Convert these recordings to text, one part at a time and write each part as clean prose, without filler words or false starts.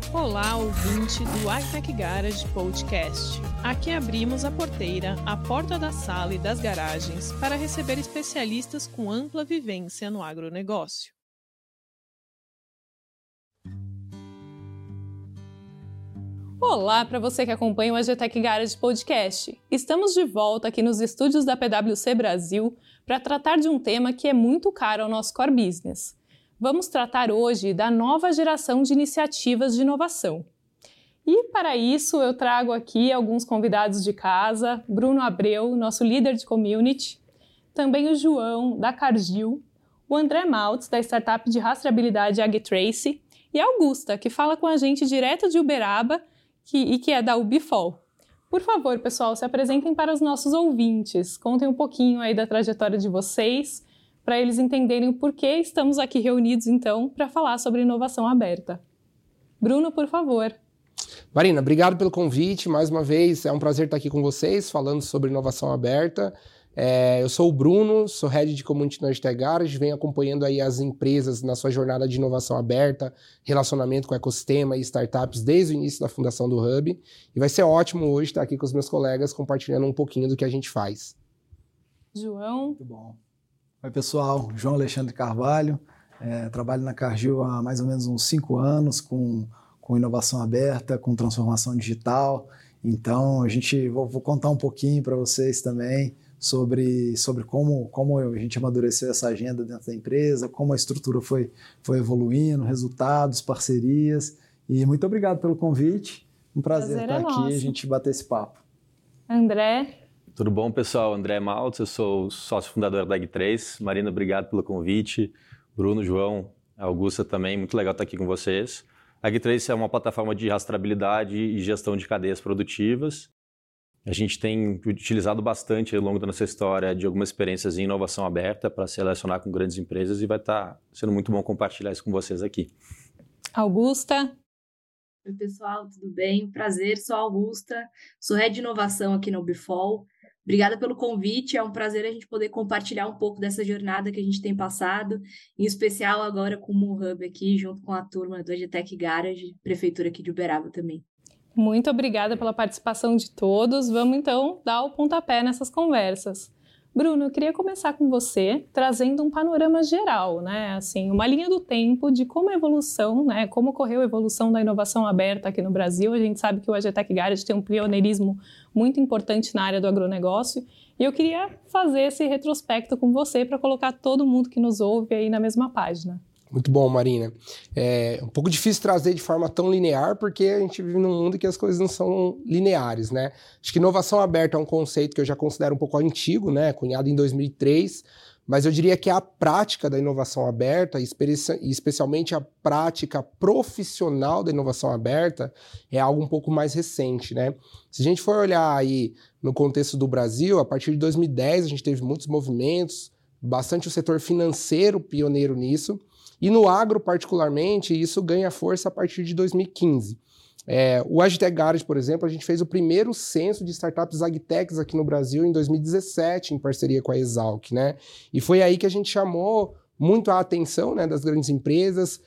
Olá, ouvinte do Agtech Garage Podcast. Aqui abrimos a porteira, a porta da sala e das garagens para receber especialistas com ampla vivência no agronegócio. Olá para você que acompanha o Agtech Garage Podcast. Estamos de volta aqui nos estúdios da PwC Brasil para tratar de um tema que é muito caro ao nosso core business. Vamos tratar hoje da nova geração de iniciativas de inovação. E para isso eu trago aqui alguns convidados de casa, Bruno Abreu, nosso líder de community, também o João, da Cargill, o André Maltz, da startup de rastreabilidade AgTrace, e a Augusta, que fala com a gente direto de Uberaba e que é da Ubifol. Por favor, pessoal, se apresentem para os nossos ouvintes, contem um pouquinho aí da trajetória de vocês, para eles entenderem o porquê estamos aqui reunidos, então, para falar sobre inovação aberta. Bruno, por favor. Marina, obrigado pelo convite. Mais uma vez, é um prazer estar aqui com vocês, falando sobre inovação aberta. Eu sou o Bruno, sou Head de Community no Agtech Garage, venho acompanhando aí as empresas na sua jornada de inovação aberta, relacionamento com o ecossistema e startups desde o início da fundação do Hub. E vai ser ótimo hoje estar aqui com os meus colegas, compartilhando um pouquinho do que a gente faz. João. Muito bom. Oi, pessoal. João Alexandre Carvalho. Trabalho na Cargill há mais ou menos uns 5 anos com inovação aberta, com transformação digital. Então, vou contar um pouquinho para vocês também sobre como a gente amadureceu essa agenda dentro da empresa, como a estrutura foi evoluindo, resultados, parcerias. E muito obrigado pelo convite. Um prazer estar aqui e a gente bater esse papo. André. Tudo bom, pessoal? André Maltz, eu sou sócio fundador da AgTrace. Marina, obrigado pelo convite. Bruno, João, Augusta também, muito legal estar aqui com vocês. A AgTrace é uma plataforma de rastreabilidade e gestão de cadeias produtivas. A gente tem utilizado bastante ao longo da nossa história de algumas experiências em inovação aberta para se relacionar com grandes empresas e vai estar sendo muito bom compartilhar isso com vocês aqui. Augusta. Oi, pessoal, tudo bem? Prazer, sou a Augusta, sou Head de Inovação aqui na Ubifol. Obrigada pelo convite, é um prazer a gente poder compartilhar um pouco dessa jornada que a gente tem passado, em especial agora com o Hub aqui, junto com a turma do Agtech Garage, prefeitura aqui de Uberaba também. Muito obrigada pela participação de todos. Vamos então dar o pontapé nessas conversas. Bruno, eu queria começar com você, trazendo um panorama geral, né? Assim, uma linha do tempo de como a evolução, né? Como ocorreu a evolução da inovação aberta aqui no Brasil. A gente sabe que o Agtech Garage tem um pioneirismo muito importante na área do agronegócio. E eu queria fazer esse retrospecto com você para colocar todo mundo que nos ouve aí na mesma página. Muito bom, Marina. É um pouco difícil trazer de forma tão linear, porque a gente vive num mundo que as coisas não são lineares, né? Acho que inovação aberta é um conceito que eu já considero um pouco antigo, né? Cunhado em 2003, mas eu diria que a prática da inovação aberta, e especialmente a prática profissional da inovação aberta, é algo um pouco mais recente, né? Se a gente for olhar aí no contexto do Brasil, a partir de 2010 a gente teve muitos movimentos, bastante o setor financeiro pioneiro nisso, e no agro, particularmente, isso ganha força a partir de 2015. O Agtech Garage, por exemplo, a gente fez o primeiro censo de startups agtechs aqui no Brasil em 2017, em parceria com a Exalc, né? E foi aí que a gente chamou muito a atenção, né, das grandes empresas,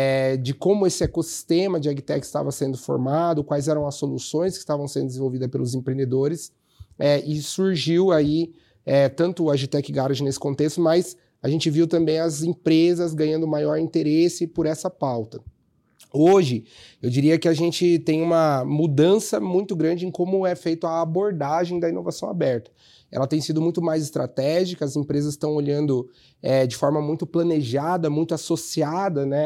de como esse ecossistema de agtech estava sendo formado, quais eram as soluções que estavam sendo desenvolvidas pelos empreendedores, e surgiu aí tanto o Agtech Garage nesse contexto, mas a gente viu também as empresas ganhando maior interesse por essa pauta. Hoje, eu diria que a gente tem uma mudança muito grande em como é feita a abordagem da inovação aberta. Ela tem sido muito mais estratégica, as empresas estão olhando de forma muito planejada, muito associada, né,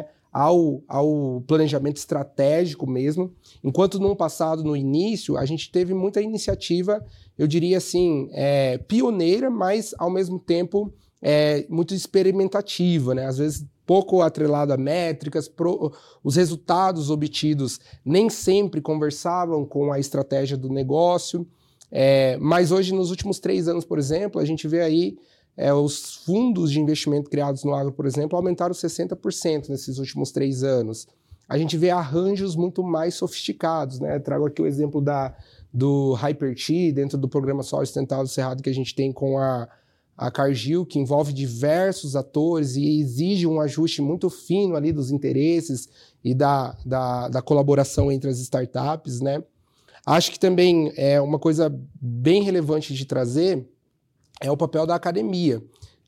ao planejamento estratégico mesmo. Enquanto no passado, no início, a gente teve muita iniciativa, eu diria assim, pioneira, mas ao mesmo tempo muito experimentativa, né? Às vezes pouco atrelado a métricas, os resultados obtidos nem sempre conversavam com a estratégia do negócio, mas hoje, nos últimos 3 anos, por exemplo, a gente vê aí os fundos de investimento criados no agro, por exemplo, aumentaram 60% nesses últimos 3 anos. A gente vê arranjos muito mais sofisticados, né? Trago aqui o exemplo do Hyperti, dentro do programa Solo Sustentável do Cerrado, que a gente tem com a a Cargill, que envolve diversos atores e exige um ajuste muito fino ali dos interesses e da colaboração entre as startups, né? Acho que também é uma coisa bem relevante de trazer é o papel da academia.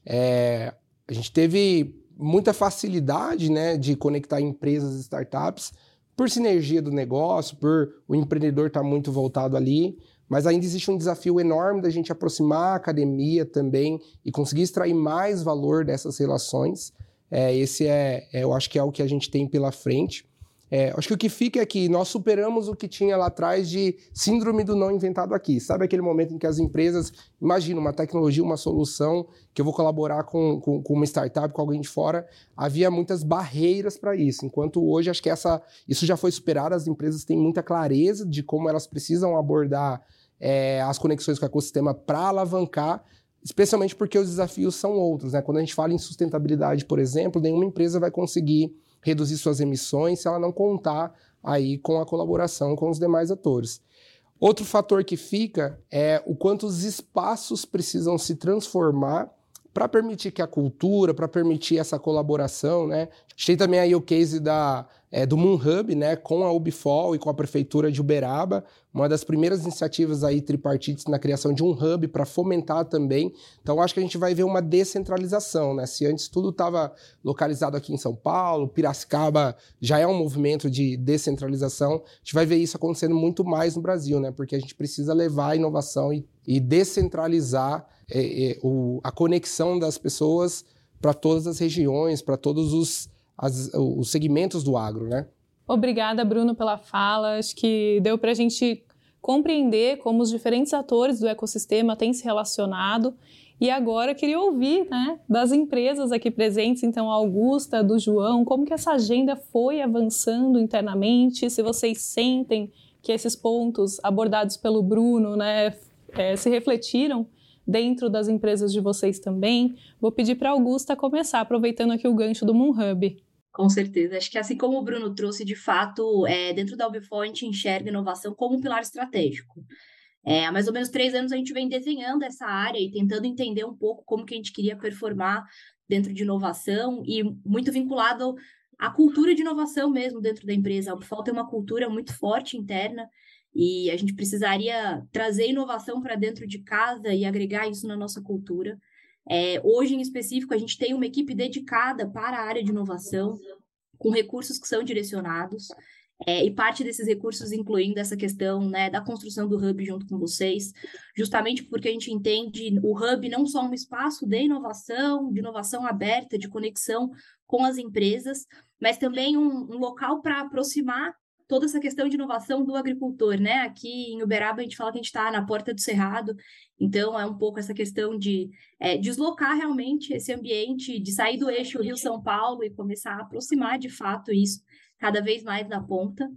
A gente teve muita facilidade, né, de conectar empresas e startups por sinergia do negócio, por o empreendedor estar muito voltado ali, mas ainda existe um desafio enorme da gente aproximar a academia também e conseguir extrair mais valor dessas relações. Eu acho que é o que a gente tem pela frente. Acho que o que fica é que nós superamos o que tinha lá atrás de síndrome do não inventado aqui. Sabe aquele momento em que as empresas, imagina uma tecnologia, uma solução, que eu vou colaborar com uma startup, com alguém de fora, havia muitas barreiras para isso. Enquanto hoje, acho que isso já foi superado, as empresas têm muita clareza de como elas precisam abordar as conexões com o ecossistema para alavancar, especialmente porque os desafios são outros, né? Quando a gente fala em sustentabilidade, por exemplo, nenhuma empresa vai conseguir reduzir suas emissões se ela não contar aí com a colaboração com os demais atores. Outro fator que fica é o quanto os espaços precisam se transformar para permitir que a cultura, para permitir essa colaboração, né? A gente tem também aí o case do Moon Hub, né? Com a Ubifol e com a Prefeitura de Uberaba, uma das primeiras iniciativas aí tripartites na criação de um hub para fomentar também. Então, acho que a gente vai ver uma descentralização, né? Se antes tudo estava localizado aqui em São Paulo, Piracicaba já é um movimento de descentralização, a gente vai ver isso acontecendo muito mais no Brasil, né? Porque a gente precisa levar a inovação e descentralizar a conexão das pessoas para todas as regiões, para todos os segmentos do agro, né? Obrigada, Bruno, pela fala. Acho que deu para a gente compreender como os diferentes atores do ecossistema têm se relacionado. E agora eu queria ouvir, né, das empresas aqui presentes, então a Augusta, do João, como que essa agenda foi avançando internamente, se vocês sentem que esses pontos abordados pelo Bruno, né, se refletiram dentro das empresas de vocês também. Vou pedir para a Augusta começar, aproveitando aqui o gancho do Moon Hub. Com certeza. Acho que assim como o Bruno trouxe, de fato, dentro da Ubifol a gente enxerga inovação como um pilar estratégico. Há mais ou menos 3 anos a gente vem desenhando essa área e tentando entender um pouco como que a gente queria performar dentro de inovação e muito vinculado à cultura de inovação mesmo dentro da empresa. A Ubifol tem uma cultura muito forte interna e a gente precisaria trazer inovação para dentro de casa e agregar isso na nossa cultura. Hoje, em específico, a gente tem uma equipe dedicada para a área de inovação, com recursos que são direcionados, e parte desses recursos incluindo essa questão, né, da construção do Hub junto com vocês, justamente porque a gente entende o Hub não só um espaço de inovação aberta, de conexão com as empresas, mas também um local para aproximar toda essa questão de inovação do agricultor, né? Aqui em Uberaba a gente fala que a gente está na porta do Cerrado, então é um pouco essa questão de deslocar realmente esse ambiente, de sair do eixo Rio-São Paulo e começar a aproximar de fato isso cada vez mais da ponta.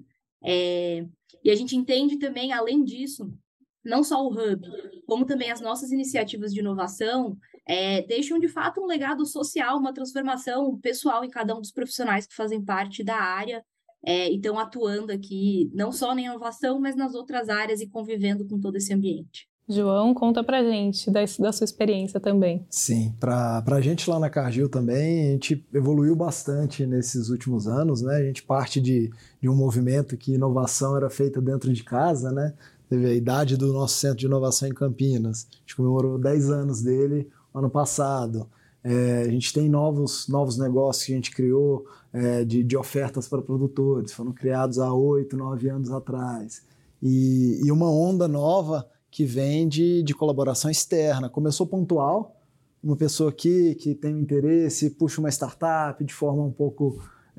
E a gente entende também, além disso, não só o Hub, como também as nossas iniciativas de inovação deixam de fato um legado social, uma transformação pessoal em cada um dos profissionais que fazem parte da área, e estão atuando aqui, não só na inovação, mas nas outras áreas e convivendo com todo esse ambiente. João, conta pra gente da sua experiência também. Sim, pra gente lá na Cargill também, a gente evoluiu bastante nesses últimos anos, né? A gente parte de um movimento que inovação era feita dentro de casa, né? Teve a idade do nosso Centro de Inovação em Campinas, a gente comemorou 10 anos dele ano passado. A gente tem novos negócios que a gente criou de ofertas para produtores, foram criados há 8, 9 anos atrás. E uma onda nova que vem de colaboração externa. Começou pontual, uma pessoa aqui que tem um interesse, puxa uma startup de forma um pouco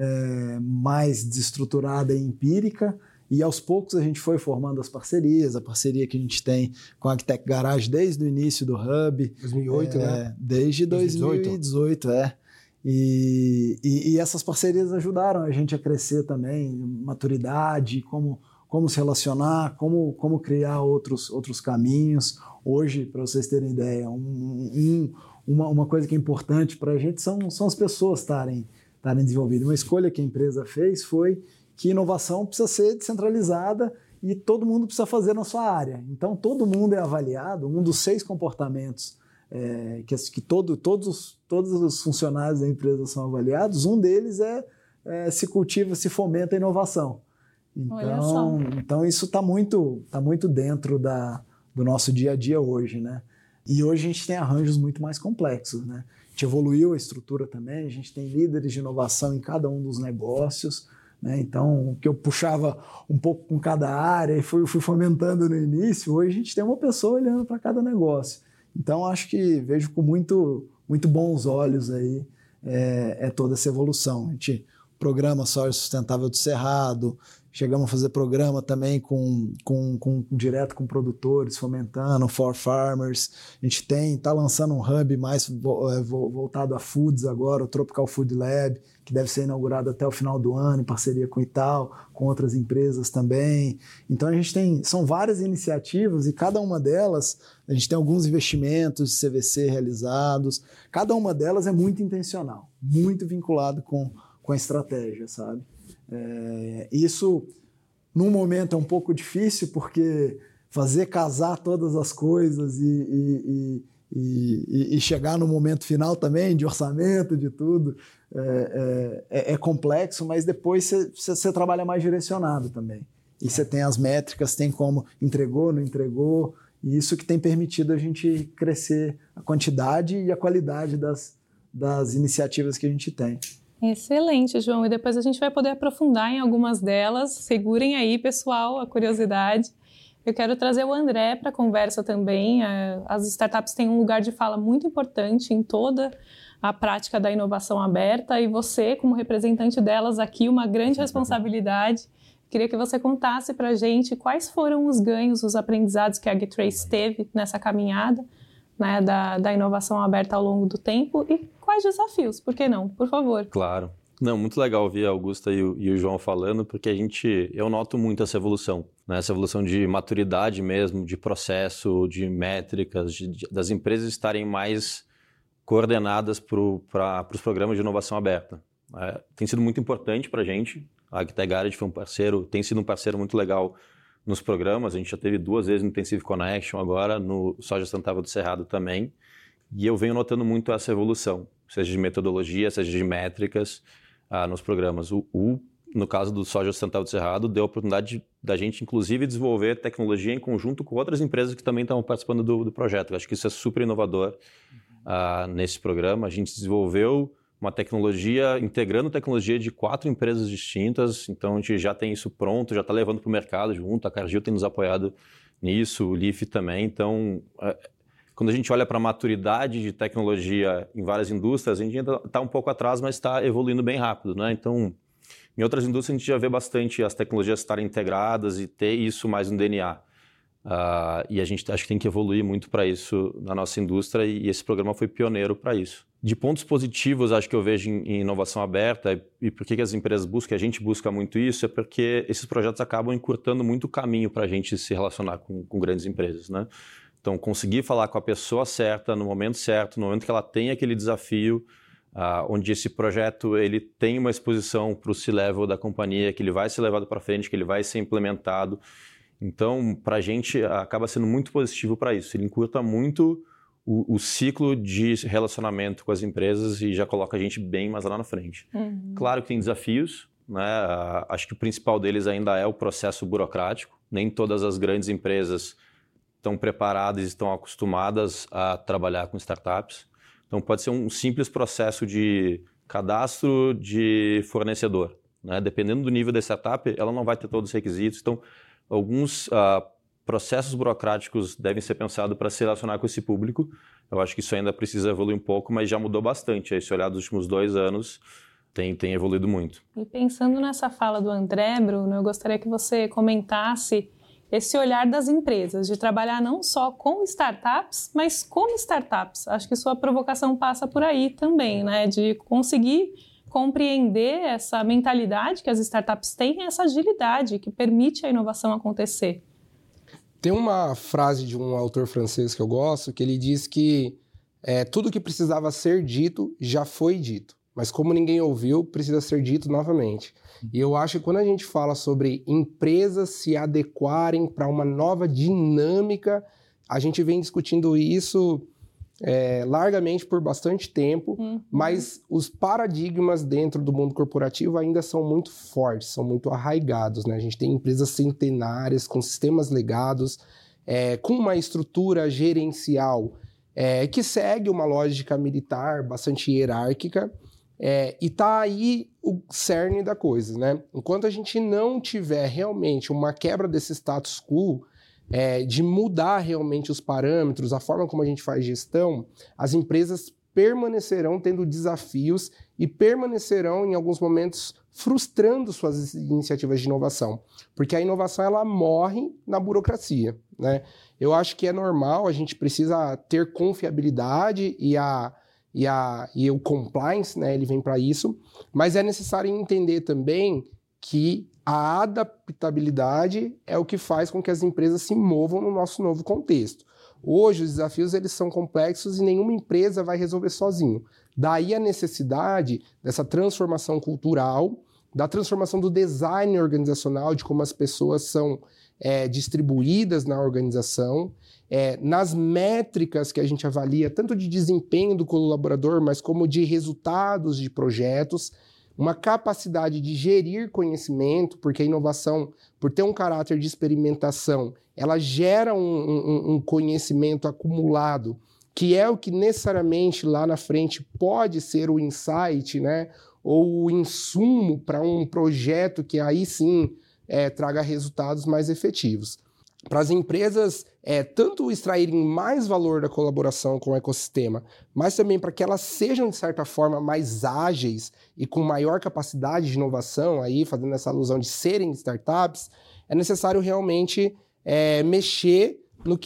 mais desestruturada e empírica, e aos poucos a gente foi formando as parcerias, a parceria que a gente tem com a Agtech Garage desde o início do Hub. 2008, né? Desde 2018, E essas parcerias ajudaram a gente a crescer também, maturidade, como se relacionar, como criar outros caminhos. Hoje, para vocês terem ideia, uma coisa que é importante para a gente são as pessoas estarem desenvolvidas. Uma escolha que a empresa fez foi que inovação precisa ser descentralizada e todo mundo precisa fazer na sua área. Então, todo mundo é avaliado, um dos 6 comportamentos que todos os funcionários da empresa são avaliados, um deles se cultiva, se fomenta a inovação. Então isso está muito dentro do nosso dia a dia hoje, né? E hoje a gente tem arranjos muito mais complexos, né? A gente evoluiu a estrutura também, a gente tem líderes de inovação em cada um dos negócios, né? Então, o que eu puxava um pouco com cada área e fui fomentando no início, hoje a gente tem uma pessoa olhando para cada negócio. Então, acho que vejo com muito bons olhos aí toda essa evolução. A gente programa Soja Sustentável do Cerrado, chegamos a fazer programa também direto com produtores, fomentando, for farmers. A gente está lançando um hub mais voltado a foods agora, o Tropical Food Lab, que deve ser inaugurado até o final do ano, em parceria com o Itaú, com outras empresas também. Então a gente são várias iniciativas e cada uma delas, a gente tem alguns investimentos de CVC realizados, cada uma delas é muito intencional, muito vinculado com a estratégia, sabe? Isso, num momento, é um pouco difícil, porque fazer casar todas as coisas e chegar no momento final também, de orçamento, de tudo, é complexo, mas depois você trabalha mais direcionado também. E você tem as métricas, tem como entregou, não entregou, e isso que tem permitido a gente crescer a quantidade e a qualidade das iniciativas que a gente tem. Excelente, João. E depois a gente vai poder aprofundar em algumas delas. Segurem aí, pessoal, a curiosidade. Eu quero trazer o André para a conversa também. As startups têm um lugar de fala muito importante em toda a prática da inovação aberta e você, como representante delas aqui, uma grande responsabilidade. Queria que você contasse para a gente quais foram os ganhos, os aprendizados que a Agritrace teve nessa caminhada, né, da inovação aberta ao longo do tempo e quais desafios, por que não? Por favor. Claro. Não, muito legal ouvir a Augusta e o João falando, porque eu noto muito essa evolução, né? Essa evolução de maturidade mesmo, de processo, de métricas, das empresas estarem mais coordenadas para os programas de inovação aberta. Tem sido muito importante para a gente. A AgTech tem sido um parceiro muito legal nos programas. A gente já teve 2 vezes no Intensive Connection, agora no Soja Sustentável do Cerrado também. E eu venho notando muito essa evolução, seja de metodologia, seja de métricas nos programas. No caso do Soja Sustentável do Cerrado, deu a oportunidade da gente, inclusive, desenvolver tecnologia em conjunto com outras empresas que também estão participando do projeto. Eu acho que isso é super inovador nesse programa. A gente desenvolveu uma tecnologia, integrando tecnologia de 4 empresas distintas, então a gente já tem isso pronto, já está levando para o mercado junto, a Cargill tem nos apoiado nisso, o Leaf também. Então, quando a gente olha para a maturidade de tecnologia em várias indústrias, a gente ainda está um pouco atrás, mas está evoluindo bem rápido, né? Então, em outras indústrias a gente já vê bastante as tecnologias estarem integradas e ter isso mais no DNA. E a gente acho que tem que evoluir muito para isso na nossa indústria e esse programa foi pioneiro para isso. De pontos positivos, acho que eu vejo em inovação aberta e por que as empresas buscam, a gente busca muito isso, é porque esses projetos acabam encurtando muito o caminho para a gente se relacionar com grandes empresas, né? Então, conseguir falar com a pessoa certa, no momento certo, no momento que ela tem aquele desafio, onde esse projeto ele tem uma exposição para o C-level da companhia, que ele vai ser levado para frente, que ele vai ser implementado. Então, para a gente, acaba sendo muito positivo para isso. Ele encurta muito o ciclo de relacionamento com as empresas e já coloca a gente bem mais lá na frente. Uhum. Claro que tem desafios, né? Acho que o principal deles ainda é o processo burocrático. Nem todas as grandes empresas estão preparadas e estão acostumadas a trabalhar com startups. Então, pode ser um simples processo de cadastro de fornecedor, né? Dependendo do nível da startup, ela não vai ter todos os requisitos. Então, alguns processos burocráticos devem ser pensados para se relacionar com esse público. Eu acho que isso ainda precisa evoluir um pouco, mas já mudou bastante. Se olhar dos últimos 2 anos, tem evoluído muito. E pensando nessa fala do André, Bruno, eu gostaria que você comentasse esse olhar das empresas, de trabalhar não só com startups, mas como startups. Acho que sua provocação passa por aí também, né? De conseguir compreender essa mentalidade que as startups têm, essa agilidade que permite a inovação acontecer. Tem uma frase de um autor francês que eu gosto, que ele diz que tudo que precisava ser dito já foi dito, mas como ninguém ouviu, precisa ser dito novamente. E eu acho que quando a gente fala sobre empresas se adequarem para uma nova dinâmica, a gente vem discutindo isso largamente por bastante tempo, mas os paradigmas dentro do mundo corporativo ainda são muito fortes, são muito arraigados, né? A gente tem empresas centenárias, com sistemas legados, com uma estrutura gerencial que segue uma lógica militar bastante hierárquica, e tá aí o cerne da coisa, né? Enquanto a gente não tiver realmente uma quebra desse status quo, de mudar realmente os parâmetros, a forma como a gente faz gestão, as empresas permanecerão tendo desafios e permanecerão, em alguns momentos, frustrando suas iniciativas de inovação, porque a inovação ela morre na burocracia, né? Eu acho que é normal, a gente precisa ter confiabilidade e o compliance, né, ele vem para isso, mas é necessário entender também que a adaptabilidade é o que faz com que as empresas se movam no nosso novo contexto. Hoje, os desafios eles são complexos e nenhuma empresa vai resolver sozinho. Daí a necessidade dessa transformação cultural, da transformação do design organizacional, de como as pessoas são distribuídas na organização, nas métricas que a gente avalia, tanto de desempenho do colaborador, mas como de resultados de projetos, uma capacidade de gerir conhecimento, porque a inovação, por ter um caráter de experimentação, ela gera um conhecimento acumulado, que é o que necessariamente lá na frente pode ser o insight, né, ou o insumo para um projeto que aí sim traga resultados mais efetivos. Para as empresas, tanto extraírem mais valor da colaboração com o ecossistema, mas também para que elas sejam, de certa forma, mais ágeis e com maior capacidade de inovação, aí, fazendo essa alusão de serem startups, é necessário realmente mexer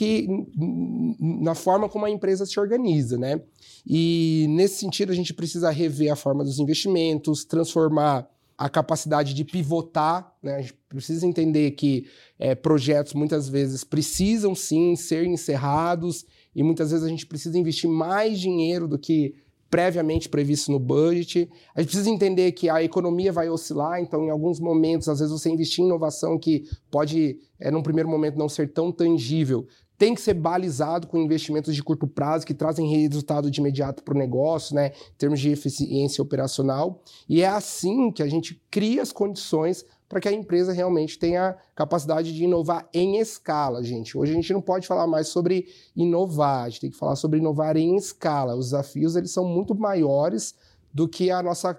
na forma como a empresa se organiza, né? E, nesse sentido, a gente precisa rever a forma dos investimentos, transformar a capacidade de pivotar, né? A gente precisa entender que projetos muitas vezes precisam sim ser encerrados e muitas vezes a gente precisa investir mais dinheiro do que previamente previsto no budget. A gente precisa entender que a economia vai oscilar, então em alguns momentos, às vezes você investir em inovação que pode, num primeiro momento, não ser tão tangível, tem que ser balizado com investimentos de curto prazo que trazem resultado de imediato para o negócio, né, em termos de eficiência operacional. E é assim que a gente cria as condições para que a empresa realmente tenha capacidade de inovar em escala, gente. Hoje a gente não pode falar mais sobre inovar, a gente tem que falar sobre inovar em escala. Os desafios eles são muito maiores do que a nossa...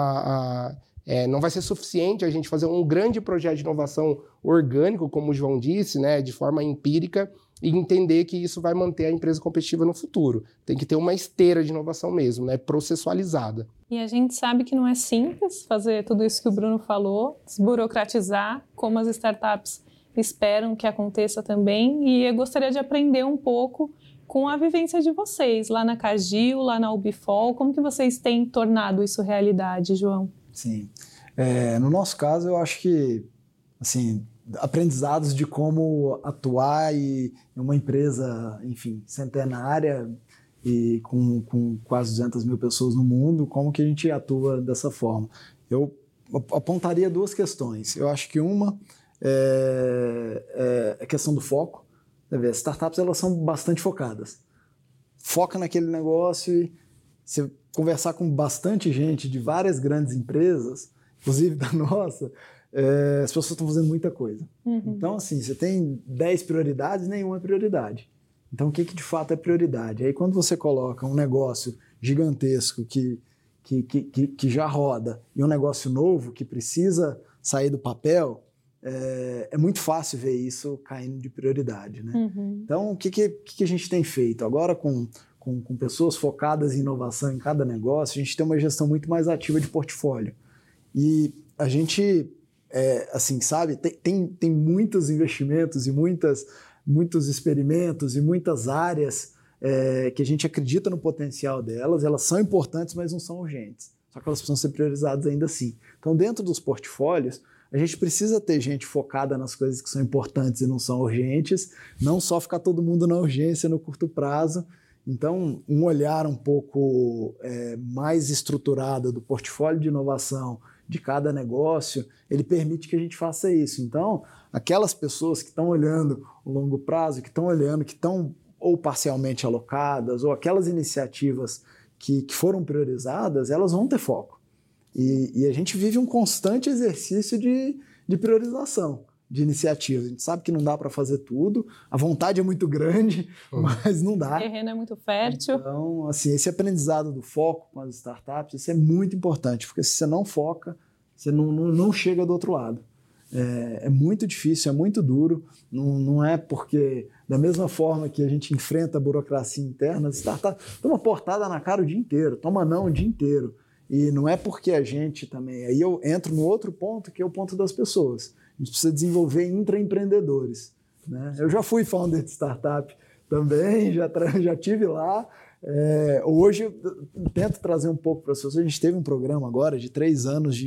não vai ser suficiente a gente fazer um grande projeto de inovação orgânico, como o João disse, né, de forma empírica, e entender que isso vai manter a empresa competitiva no futuro. Tem que ter uma esteira de inovação mesmo, né, processualizada. E a gente sabe que não é simples fazer tudo isso que o Bruno falou, desburocratizar, como as startups esperam que aconteça também, e eu gostaria de aprender um pouco com a vivência de vocês, lá na Cargill, lá na Ubifol, como que vocês têm tornado isso realidade, João? Sim. No nosso caso, eu acho que, assim, aprendizados de como atuar em uma empresa, enfim, centenária e com quase 200 mil pessoas no mundo, como que a gente atua dessa forma. Eu apontaria duas questões. Eu acho que uma é a questão do foco. As startups elas são bastante focadas. Foca naquele negócio e você conversar com bastante gente de várias grandes empresas, inclusive da nossa, as pessoas estão fazendo muita coisa. Uhum. Então, assim, você tem 10 prioridades, nenhuma é prioridade. Então, o que de fato é prioridade? Aí, quando você coloca um negócio gigantesco que já roda e um negócio novo que precisa sair do papel, é muito fácil ver isso caindo de prioridade, né? Uhum. Então, o que a gente tem feito? Agora, com pessoas focadas em inovação em cada negócio, a gente tem uma gestão muito mais ativa de portfólio. E a gente, assim, sabe, tem muitos investimentos e muitos experimentos e muitas áreas que a gente acredita no potencial delas, elas são importantes, mas não são urgentes. Só que elas precisam ser priorizadas ainda assim. Então, dentro dos portfólios, a gente precisa ter gente focada nas coisas que são importantes e não são urgentes, não só ficar todo mundo na urgência no curto prazo. Então, um olhar um pouco mais estruturado do portfólio de inovação de cada negócio, ele permite que a gente faça isso. Então, aquelas pessoas que estão olhando o longo prazo, que estão olhando, que estão ou parcialmente alocadas, ou aquelas iniciativas que foram priorizadas, elas vão ter foco. E a gente vive um constante exercício de priorização de iniciativas. A gente sabe que não dá para fazer tudo, a vontade é muito grande, mas não dá. O terreno é muito fértil. Então, assim, esse aprendizado do foco com as startups, isso é muito importante, porque se você não foca, você não chega do outro lado. É muito difícil, é muito duro, não é porque, da mesma forma que a gente enfrenta a burocracia interna, as startups toma portada na cara o dia inteiro, toma não o dia inteiro. E não é porque a gente também... Aí eu entro no outro ponto, que é o ponto das pessoas. A gente precisa desenvolver intraempreendedores, né? Eu já fui founder de startup também, já tive lá. Hoje eu tento trazer um pouco para as pessoas. A gente teve um programa agora de 3 anos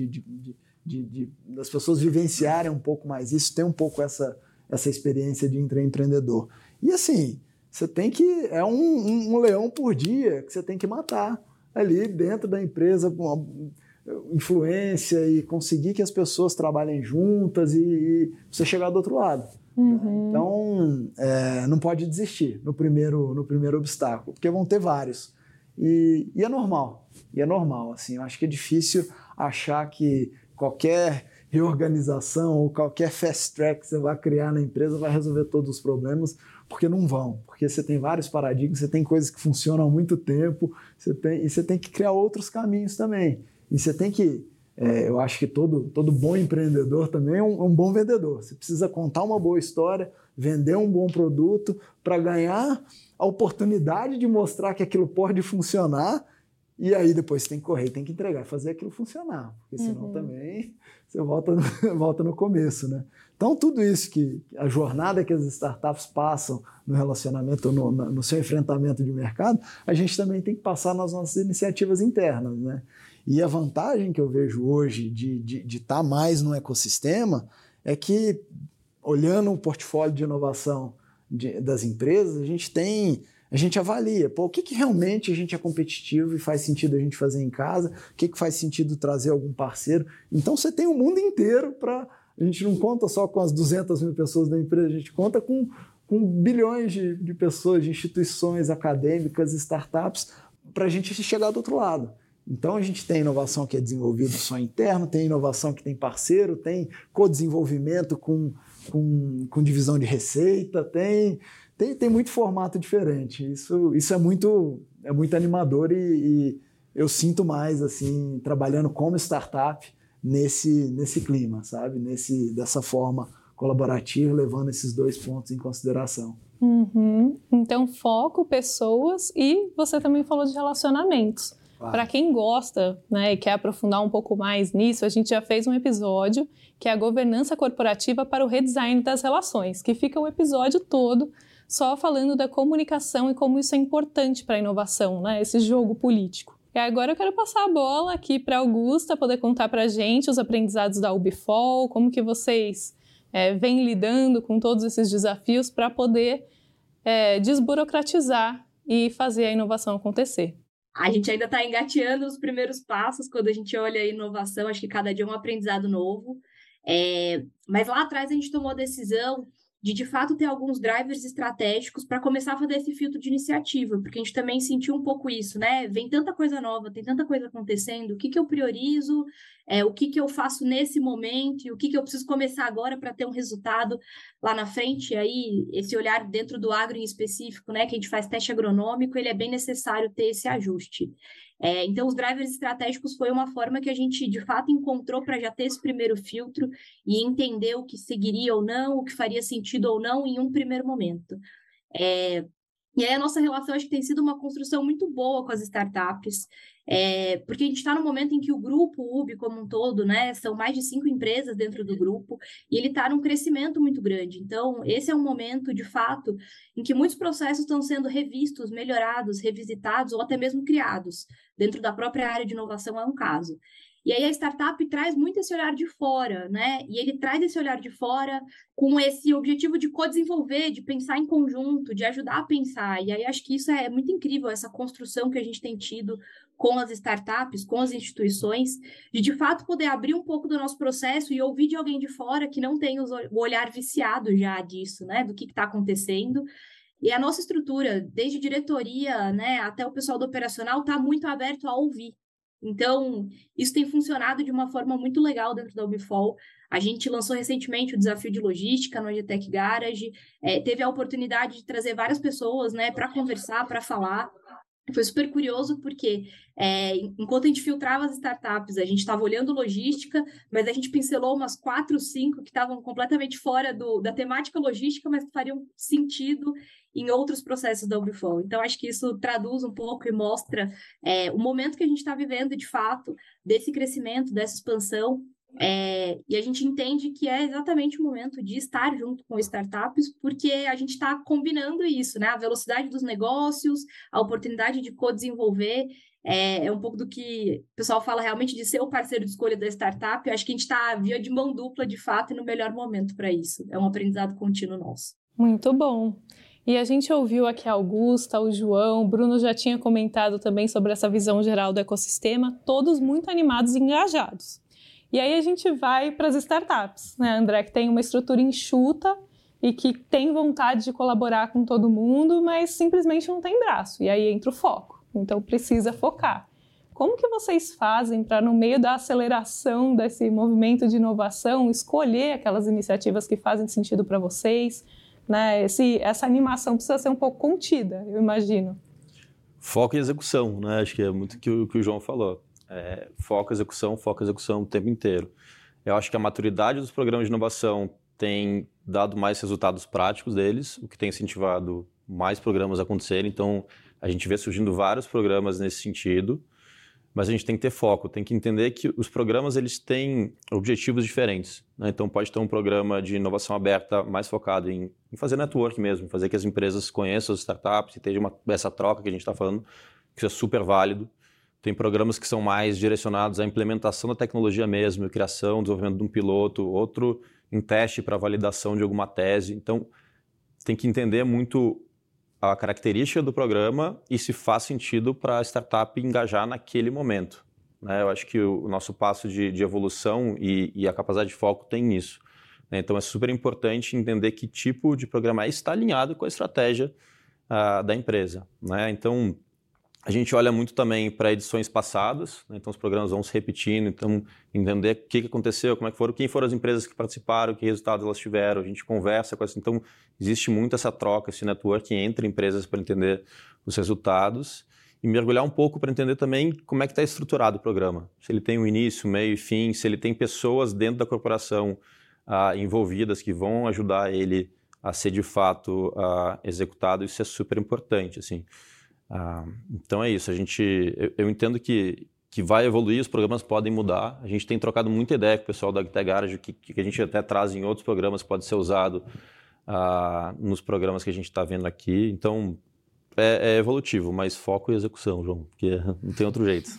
das pessoas vivenciarem um pouco mais isso, ter um pouco essa experiência de intraempreendedor. E assim, você tem que... É um leão por dia que você tem que matar ali dentro da empresa, com uma influência e conseguir que as pessoas trabalhem juntas e você chegar do outro lado. Uhum. Então, não pode desistir no primeiro obstáculo, porque vão ter vários. E é normal. Assim, eu acho que é difícil achar que qualquer reorganização ou qualquer fast track que você vai criar na empresa vai resolver todos os problemas, porque não vão. Porque você tem vários paradigmas, você tem coisas que funcionam há muito tempo, você tem que criar outros caminhos também. E você tem que... eu acho que todo bom empreendedor também é um bom vendedor. Você precisa contar uma boa história, vender um bom produto para ganhar a oportunidade de mostrar que aquilo pode funcionar. E aí depois você tem que correr, tem que entregar, fazer aquilo funcionar, porque senão também você volta no começo, né? Então tudo isso que a jornada que as startups passam no relacionamento, no seu enfrentamento de mercado, a gente também tem que passar nas nossas iniciativas internas, né? E a vantagem que eu vejo hoje de estar mais no ecossistema é que, olhando o portfólio de inovação das empresas, a gente avalia, o que realmente a gente é competitivo e faz sentido a gente fazer em casa, o que faz sentido trazer algum parceiro. Então você tem o mundo inteiro para... A gente não conta só com as 200 mil pessoas da empresa, a gente conta com bilhões de pessoas, de instituições acadêmicas, startups, para a gente chegar do outro lado. Então a gente tem inovação que é desenvolvida só interno, tem inovação que tem parceiro, tem co-desenvolvimento com divisão de receita, tem muito formato diferente. Isso é muito animador e eu sinto mais assim trabalhando como startup nesse clima, sabe? Dessa forma colaborativa, levando esses 2 pontos em consideração. Uhum. Então, foco, pessoas e você também falou de relacionamentos. Claro. Para quem gosta, né, e quer aprofundar um pouco mais nisso, a gente já fez um episódio que é a governança corporativa para o redesign das relações, que fica o episódio todo só falando da comunicação e como isso é importante para a inovação, né, esse jogo político. E agora eu quero passar a bola aqui para a Augusta poder contar para a gente os aprendizados da UBFOL, como que vocês vêm lidando com todos esses desafios para poder desburocratizar e fazer a inovação acontecer. A gente ainda está engateando os primeiros passos quando a gente olha a inovação, acho que cada dia é um aprendizado novo. Mas lá atrás a gente tomou a decisão de fato ter alguns drivers estratégicos para começar a fazer esse filtro de iniciativa, porque a gente também sentiu um pouco isso, né? Vem tanta coisa nova, tem tanta coisa acontecendo, o que eu priorizo, o que eu faço nesse momento e o que eu preciso começar agora para ter um resultado lá na frente. E aí, esse olhar dentro do agro em específico, né, que a gente faz teste agronômico, ele é bem necessário ter esse ajuste. Então, os drivers estratégicos foi uma forma que a gente, de fato, encontrou para já ter esse primeiro filtro e entender o que seguiria ou não, o que faria sentido ou não em um primeiro momento. E aí a nossa relação acho que tem sido uma construção muito boa com as startups, porque a gente está no momento em que o grupo UB como um todo, né, são mais de 5 empresas dentro do grupo, e ele está num crescimento muito grande. Então, esse é um momento, de fato, em que muitos processos estão sendo revistos, melhorados, revisitados ou até mesmo criados. Dentro da própria área de inovação é um caso. E aí a startup traz muito esse olhar de fora, né? E ele traz esse olhar de fora com esse objetivo de co-desenvolver, de pensar em conjunto, de ajudar a pensar. E aí acho que isso é muito incrível, essa construção que a gente tem tido com as startups, com as instituições, de fato poder abrir um pouco do nosso processo e ouvir de alguém de fora que não tem o olhar viciado já disso, né? Do que está acontecendo. E a nossa estrutura, desde diretoria, né, até o pessoal do operacional, está muito aberto a ouvir. Então, isso tem funcionado de uma forma muito legal dentro da Ubifol. A gente lançou recentemente o desafio de logística no AGTech Garage, teve a oportunidade de trazer várias pessoas, né, para conversar, para falar. Foi super curioso porque, enquanto a gente filtrava as startups, a gente estava olhando logística, mas a gente pincelou umas 4, 5 que estavam completamente fora da temática logística, mas que fariam sentido em outros processos da Ubifol. Então, acho que isso traduz um pouco e mostra o momento que a gente está vivendo, de fato, desse crescimento, dessa expansão. E a gente entende que é exatamente o momento de estar junto com startups, porque a gente está combinando isso, né? A velocidade dos negócios, a oportunidade de co-desenvolver, é um pouco do que o pessoal fala realmente de ser o parceiro de escolha da startup. Eu acho que a gente está via de mão dupla, de fato, e no melhor momento para isso. É um aprendizado contínuo nosso. Muito bom. E a gente ouviu aqui a Augusta, o João, o Bruno já tinha comentado também sobre essa visão geral do ecossistema, todos muito animados e engajados. E aí a gente vai para as startups, né, André, que tem uma estrutura enxuta e que tem vontade de colaborar com todo mundo, mas simplesmente não tem braço. E aí entra o foco. Então precisa focar. Como que vocês fazem para, no meio da aceleração desse movimento de inovação, escolher aquelas iniciativas que fazem sentido para vocês? Né? Essa animação precisa ser um pouco contida, eu imagino. Foco e execução, né? Acho que é muito o que o João falou. Foco, execução o tempo inteiro. Eu acho que a maturidade dos programas de inovação tem dado mais resultados práticos deles, o que tem incentivado mais programas a acontecerem. Então, a gente vê surgindo vários programas nesse sentido, mas a gente tem que ter foco, tem que entender que os programas eles têm objetivos diferentes, né? Então, pode ter um programa de inovação aberta mais focado em fazer network mesmo, fazer que as empresas conheçam as startups e tenha essa troca que a gente está falando, que isso é super válido. Tem programas que são mais direcionados à implementação da tecnologia mesmo, criação, desenvolvimento de um piloto, outro em teste para validação de alguma tese. Então, tem que entender muito a característica do programa e se faz sentido para a startup engajar naquele momento, né? Eu acho que o nosso passo de evolução e a capacidade de foco tem nisso, né? Então, é super importante entender que tipo de programa está alinhado com a estratégia da empresa, né? Então, a gente olha muito também para edições passadas, né? Então os programas vão se repetindo, então entender o que aconteceu, como é que foram, quem foram as empresas que participaram, que resultados elas tiveram, a gente conversa com elas. Então existe muito essa troca, esse networking entre empresas para entender os resultados e mergulhar um pouco para entender também como é que está estruturado o programa. Se ele tem um início, meio e fim, se ele tem pessoas dentro da corporação envolvidas que vão ajudar ele a ser de fato executado, isso é super importante, assim. Então é isso, eu entendo que vai evoluir, os programas podem mudar, a gente tem trocado muita ideia com o pessoal da AGTech Garage, que a gente até traz em outros programas, pode ser usado nos programas que a gente está vendo aqui, então é evolutivo, mas foco e execução, João, porque não tem outro jeito.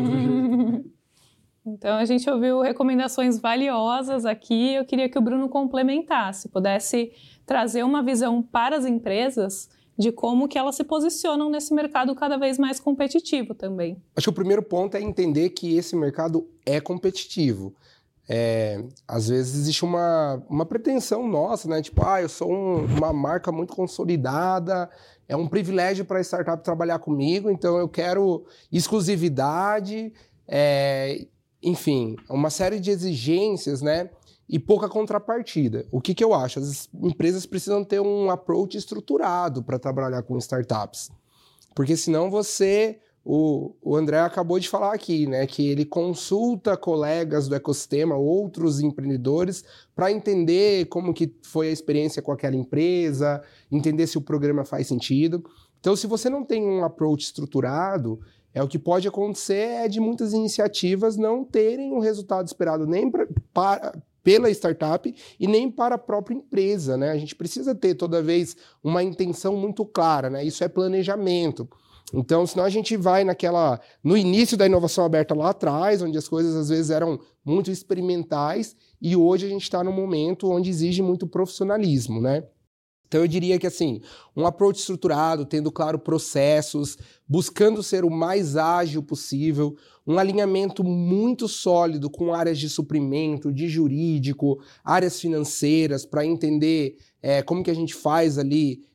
Então a gente ouviu recomendações valiosas aqui, eu queria que o Bruno complementasse, pudesse trazer uma visão para as empresas de como que elas se posicionam nesse mercado cada vez mais competitivo também. Acho que o primeiro ponto é entender que esse mercado é competitivo. Às vezes existe uma pretensão nossa, né? Tipo, eu sou uma marca muito consolidada, é um privilégio para a startup trabalhar comigo, então eu quero exclusividade, enfim, uma série de exigências, né? E pouca contrapartida. O que eu acho? As empresas precisam ter um approach estruturado para trabalhar com startups. Porque senão o André acabou de falar aqui, né, que ele consulta colegas do ecossistema, outros empreendedores, para entender como que foi a experiência com aquela empresa, entender se o programa faz sentido. Então, se você não tem um approach estruturado, o que pode acontecer é de muitas iniciativas não terem o resultado esperado nem pela startup e nem para a própria empresa, né? A gente precisa ter toda vez uma intenção muito clara, né? Isso é planejamento. Então, senão a gente vai no início da inovação aberta lá atrás, onde as coisas às vezes eram muito experimentais, e hoje a gente está num momento onde exige muito profissionalismo, né? Então, eu diria que, assim, um approach estruturado, tendo, claro, processos, buscando ser o mais ágil possível, um alinhamento muito sólido com áreas de suprimento, de jurídico, áreas financeiras, para entender como que a gente faz ali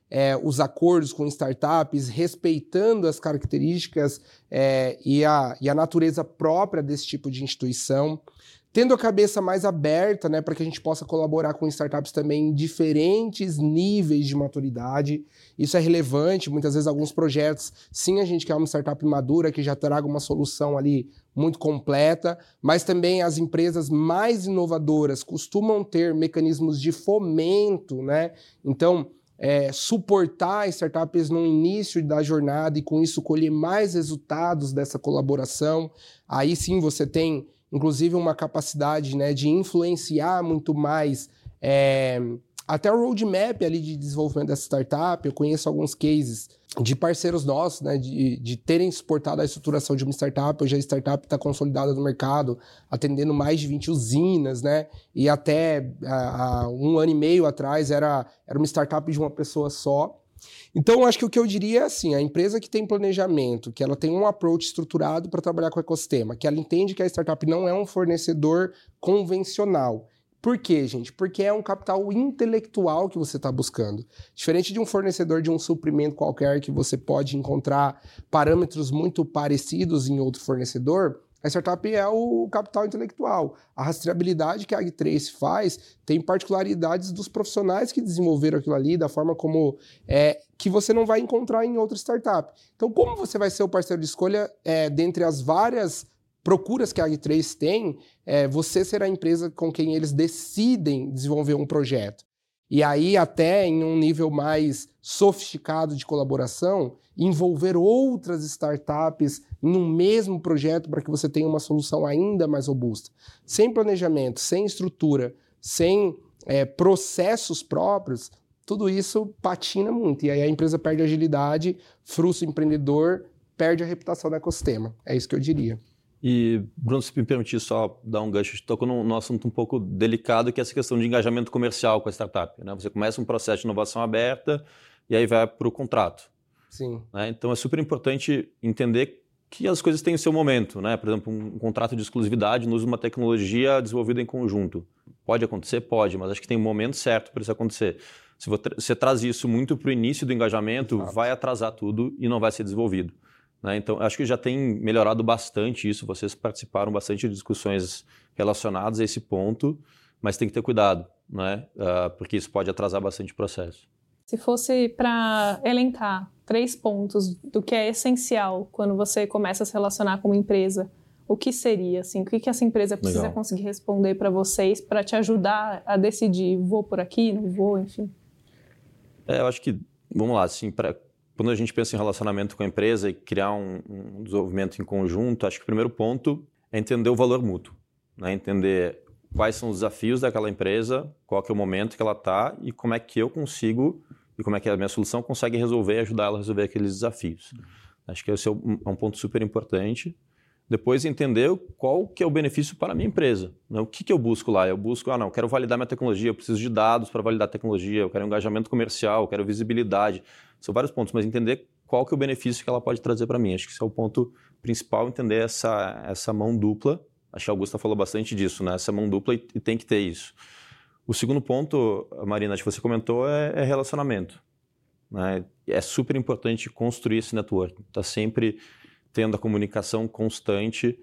os acordos com startups, respeitando as características e a natureza própria desse tipo de instituição, tendo a cabeça mais aberta, né, para que a gente possa colaborar com startups também em diferentes níveis de maturidade. Isso é relevante, muitas vezes alguns projetos, sim, a gente quer uma startup madura que já traga uma solução ali muito completa, mas também as empresas mais inovadoras costumam ter mecanismos de fomento, né? Então, suportar startups no início da jornada e com isso colher mais resultados dessa colaboração. Aí sim você tem inclusive uma capacidade, né, de influenciar muito mais até o roadmap ali de desenvolvimento dessa startup. Eu conheço alguns cases de parceiros nossos, né, de terem suportado a estruturação de uma startup. Hoje a startup está consolidada no mercado, atendendo mais de 20 usinas, né, e até há 1 ano e meio atrás era uma startup de uma pessoa só. Então, acho que o que eu diria é assim, a empresa que tem planejamento, que ela tem um approach estruturado para trabalhar com o ecossistema, que ela entende que a startup não é um fornecedor convencional. Por quê, gente? Porque é um capital intelectual que você está buscando. Diferente de um fornecedor de um suprimento qualquer que você pode encontrar parâmetros muito parecidos em outro fornecedor, a startup é o capital intelectual. A rastreabilidade que a Ag3 faz tem particularidades dos profissionais que desenvolveram aquilo ali, da forma como que você não vai encontrar em outra startup. Então, como você vai ser o parceiro de escolha dentre as várias procuras que a Ag3 tem, você será a empresa com quem eles decidem desenvolver um projeto. E aí, até em um nível mais sofisticado de colaboração, envolver outras startups em um mesmo projeto para que você tenha uma solução ainda mais robusta. Sem planejamento, sem estrutura, sem processos próprios, tudo isso patina muito. E aí a empresa perde agilidade, frustra o empreendedor, perde a reputação do ecossistema. É isso que eu diria. E, Bruno, se me permitir só dar um gancho, tocou num assunto um pouco delicado, que é essa questão de engajamento comercial com a startup, né? Você começa um processo de inovação aberta e aí vai para o contrato. Sim. Né? Então, é super importante entender que as coisas têm o seu momento, né? Por exemplo, um contrato de exclusividade no uso de uma tecnologia desenvolvida em conjunto. Pode acontecer? Pode, mas acho que tem um momento certo para isso acontecer. Se você traz isso muito para o início do engajamento, vai atrasar tudo e não vai ser desenvolvido. Né? Então, acho que já tem melhorado bastante isso. Vocês participaram bastante de discussões relacionadas a esse ponto, mas tem que ter cuidado, né? Porque isso pode atrasar bastante o processo. Se fosse para elencar 3 pontos do que é essencial quando você começa a se relacionar com uma empresa, o que seria? Assim, o que essa empresa precisa conseguir responder para vocês para te ajudar a decidir, vou por aqui, não vou, enfim? Eu acho que, vamos lá, assim, quando a gente pensa em relacionamento com a empresa e criar um desenvolvimento em conjunto, acho que o primeiro ponto é entender o valor mútuo, né? Entender quais são os desafios daquela empresa, qual que é o momento que ela está e como é que eu consigo e como é que a minha solução consegue resolver e ajudar ela a resolver aqueles desafios. Acho que esse é um ponto super importante. Depois entender qual que é o benefício para a minha empresa. Né? O que eu busco lá? Eu busco, eu quero validar minha tecnologia, eu preciso de dados para validar a tecnologia, eu quero um engajamento comercial, eu quero visibilidade. São vários pontos, mas entender qual que é o benefício que ela pode trazer para mim. Acho que esse é o ponto principal, entender essa mão dupla. Acho que a Augusta falou bastante disso, né? Essa mão dupla e tem que ter isso. O segundo ponto, Marina, acho que você comentou, é relacionamento. Né? É super importante construir esse network. Está sempre tendo a comunicação constante,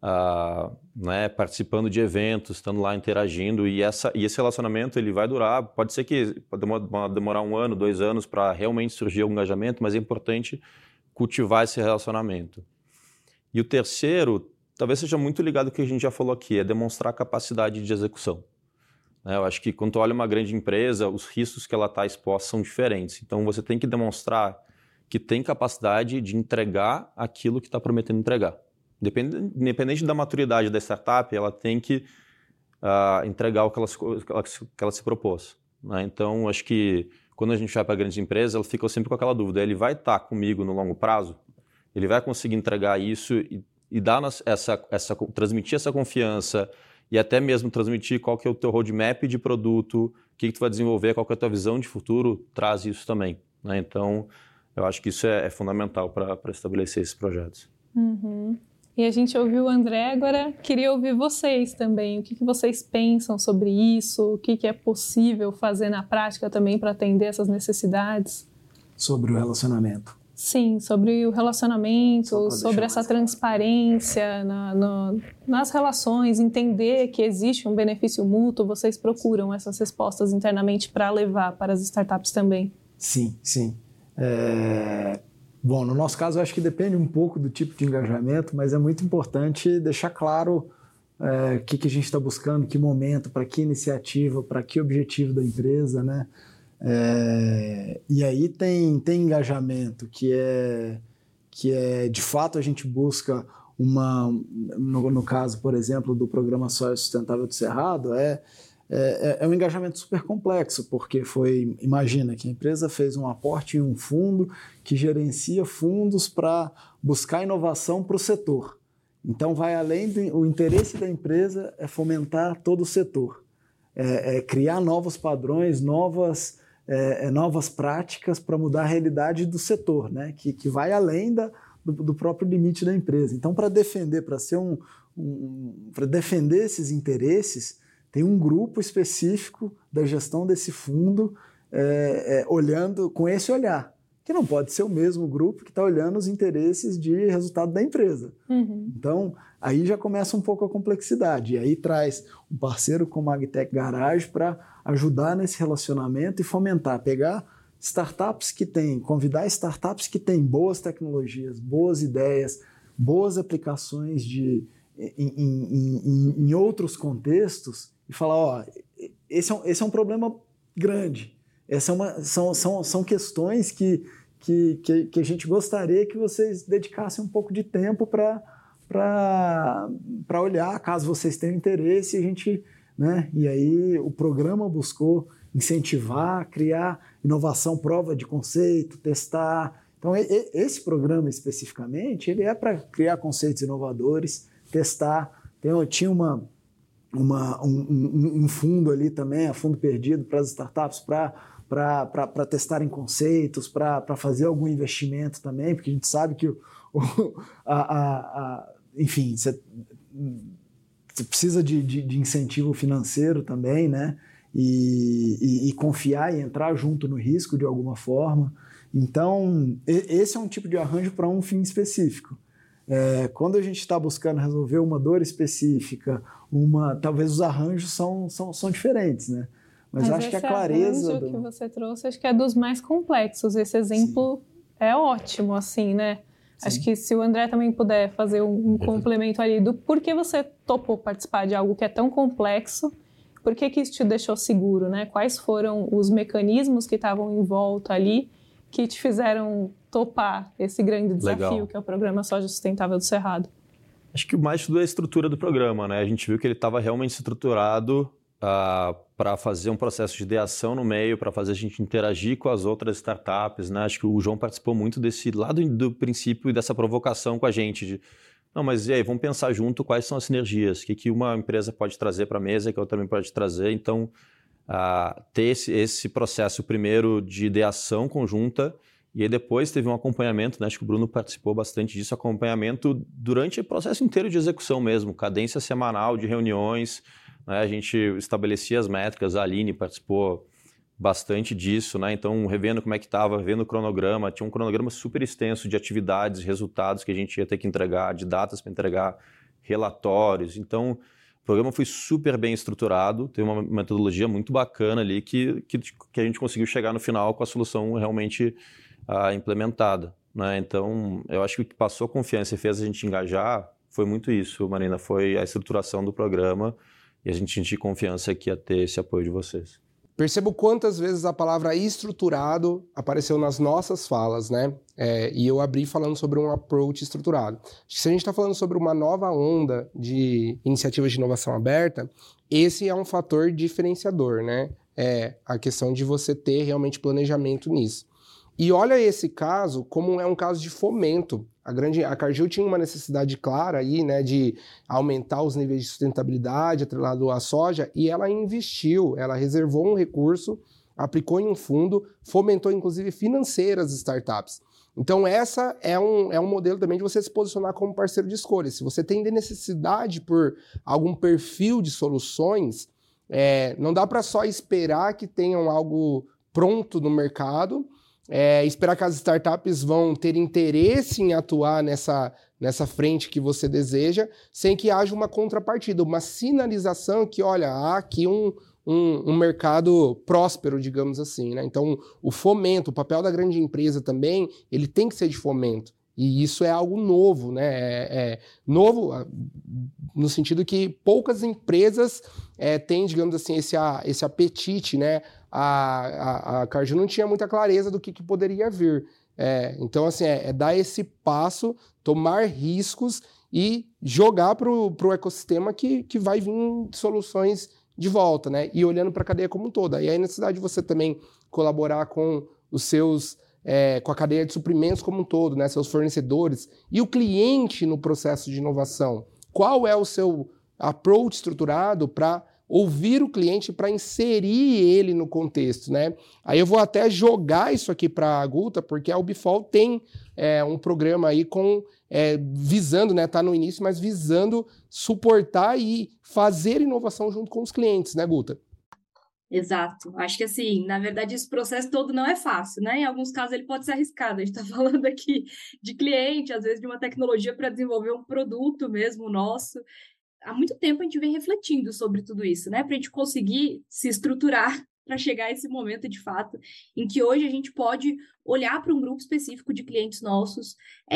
né, participando de eventos, estando lá interagindo, e esse relacionamento ele vai durar, pode ser que pode demorar 1 ano, 2 anos para realmente surgir um engajamento, mas é importante cultivar esse relacionamento. E o terceiro, talvez seja muito ligado ao que a gente já falou aqui, é demonstrar capacidade de execução. Eu acho que quando tu olha uma grande empresa, os riscos que ela está exposta são diferentes, então você tem que demonstrar que tem capacidade de entregar aquilo que está prometendo entregar. Independente da maturidade da startup, ela tem que entregar o que ela se propôs. Né? Então, acho que quando a gente vai para grandes empresas, ela fica sempre com aquela dúvida. Ele vai estar comigo no longo prazo? Ele vai conseguir entregar isso e dar transmitir essa confiança e até mesmo transmitir qual que é o teu roadmap de produto, o que tu vai desenvolver, qual que é a tua visão de futuro, traz isso também. Né? Então, eu acho que isso é fundamental para estabelecer esses projetos. Uhum. E a gente ouviu o André, agora queria ouvir vocês também. O que vocês pensam sobre isso? O que é possível fazer na prática também para atender essas necessidades? sobre o relacionamento. Sim, sobre o relacionamento, sobre essa transparência nas relações, entender que existe um benefício mútuo, vocês procuram essas respostas internamente para levar para as startups também? Sim. Bom, no nosso caso, eu acho que depende um pouco do tipo de engajamento, mas é muito importante deixar claro o que a gente está buscando, que momento, para que iniciativa, para que objetivo da empresa, né? E aí tem engajamento que é de fato a gente busca no caso, por exemplo, do programa Soja Sustentável do Cerrado, é um engajamento super complexo, porque imagina que a empresa fez um aporte em um fundo que gerencia fundos para buscar inovação para o setor. Então vai além o interesse da empresa é fomentar todo o setor, criar novos padrões, novas práticas para mudar a realidade do setor, né? que vai além do próprio limite da empresa. Então, para defender esses interesses, tem um grupo específico da gestão desse fundo olhando com esse olhar, que não pode ser o mesmo grupo que está olhando os interesses de resultado da empresa. Uhum. Então, aí já começa um pouco a complexidade. E aí traz um parceiro como a Agtech Garage para ajudar nesse relacionamento e fomentar, pegar startups convidar startups que têm boas tecnologias, boas ideias, boas aplicações em outros contextos e falar, esse é um problema grande. São questões que a gente gostaria que vocês dedicassem um pouco de tempo para olhar, caso vocês tenham interesse, a gente, né? E aí o programa buscou incentivar, criar inovação, prova de conceito, testar. Então esse programa especificamente, ele é para criar conceitos inovadores, testar. Tinha um fundo ali também, um fundo perdido para as startups, para testarem conceitos, para fazer algum investimento também, porque a gente sabe que enfim, você precisa de incentivo financeiro também, né? E confiar e entrar junto no risco de alguma forma. Então, esse é um tipo de arranjo para um fim específico. Quando a gente está buscando resolver uma dor específica, talvez os arranjos são diferentes, né? Mas acho que a clareza que você trouxe, acho que é dos mais complexos. Esse exemplo é ótimo, assim, né? Sim. Acho que se o André também puder fazer um complemento ali do porquê você topou participar de algo que é tão complexo, por que isso te deixou seguro, né? Quais foram os mecanismos que estavam em volta ali que te fizeram topar esse grande desafio que é o Programa Soja Sustentável do Cerrado? Acho que o mais tudo é a estrutura do programa, né? A gente viu que ele estava realmente estruturado para fazer um processo de ideação no meio, para fazer a gente interagir com as outras startups, né? Acho que o João participou muito desse lado do princípio e dessa provocação com a gente. Não, mas e aí, vamos pensar junto quais são as sinergias, o que uma empresa pode trazer para a mesa, que a outra também pode trazer. Então, ter esse processo primeiro de ideação conjunta, e aí depois teve um acompanhamento, né? Acho que o Bruno participou bastante disso, acompanhamento durante o processo inteiro de execução mesmo, cadência semanal de reuniões, né? A gente estabelecia as métricas, a Aline participou bastante disso, né? Então, revendo como é que estava, revendo o cronograma, tinha um cronograma super extenso de atividades, resultados que a gente ia ter que entregar, de datas para entregar, relatórios. Então, o programa foi super bem estruturado, teve uma metodologia muito bacana ali que a gente conseguiu chegar no final com a solução realmente implementada, né? Então, eu acho que o que passou confiança e fez a gente engajar foi muito isso, Marina, foi a estruturação do programa e a gente sentir confiança que ia ter esse apoio de vocês. Percebo quantas vezes a palavra estruturado apareceu nas nossas falas, né? E eu abri falando sobre um approach estruturado. Se a gente está falando sobre uma nova onda de iniciativas de inovação aberta, esse é um fator diferenciador, né? A questão de você ter realmente planejamento nisso. E olha esse caso como é um caso de fomento. A Cargill tinha uma necessidade clara aí, né, de aumentar os níveis de sustentabilidade atrelado à soja, e ela investiu, ela reservou um recurso, aplicou em um fundo, fomentou inclusive financeiras startups. Então essa é um modelo também de você se posicionar como parceiro de escolha. Se você tem necessidade por algum perfil de soluções, não dá para só esperar que tenham algo pronto no mercado, esperar que as startups vão ter interesse em atuar nessa frente que você deseja, sem que haja uma contrapartida, uma sinalização que, olha, há aqui um mercado próspero, digamos assim, né? Então, o fomento, o papel da grande empresa também, ele tem que ser de fomento. E isso é algo novo, né? Novo no sentido que poucas empresas têm, digamos assim, esse apetite, né? A Cargill não tinha muita clareza do que poderia vir. Então, assim, dar esse passo, tomar riscos e jogar para o ecossistema que vai vir soluções de volta, né? E olhando para a cadeia como um todo. E aí a necessidade de você também colaborar com os seus... com a cadeia de suprimentos como um todo, né? Seus fornecedores e o cliente no processo de inovação. Qual é o seu approach estruturado para ouvir o cliente, para inserir ele no contexto, né? Aí eu vou até jogar isso aqui para a Gulta, porque a UBFOL tem um programa aí visando, né? Tá no início, mas visando suportar e fazer inovação junto com os clientes, né, Gulta? Exato. Acho que, assim, na verdade, esse processo todo não é fácil, né? Em alguns casos ele pode ser arriscado. A gente está falando aqui de cliente, às vezes de uma tecnologia para desenvolver um produto mesmo nosso. Há muito tempo a gente vem refletindo sobre tudo isso, né? Para a gente conseguir se estruturar para chegar a esse momento, de fato, em que hoje a gente pode olhar para um grupo específico de clientes nossos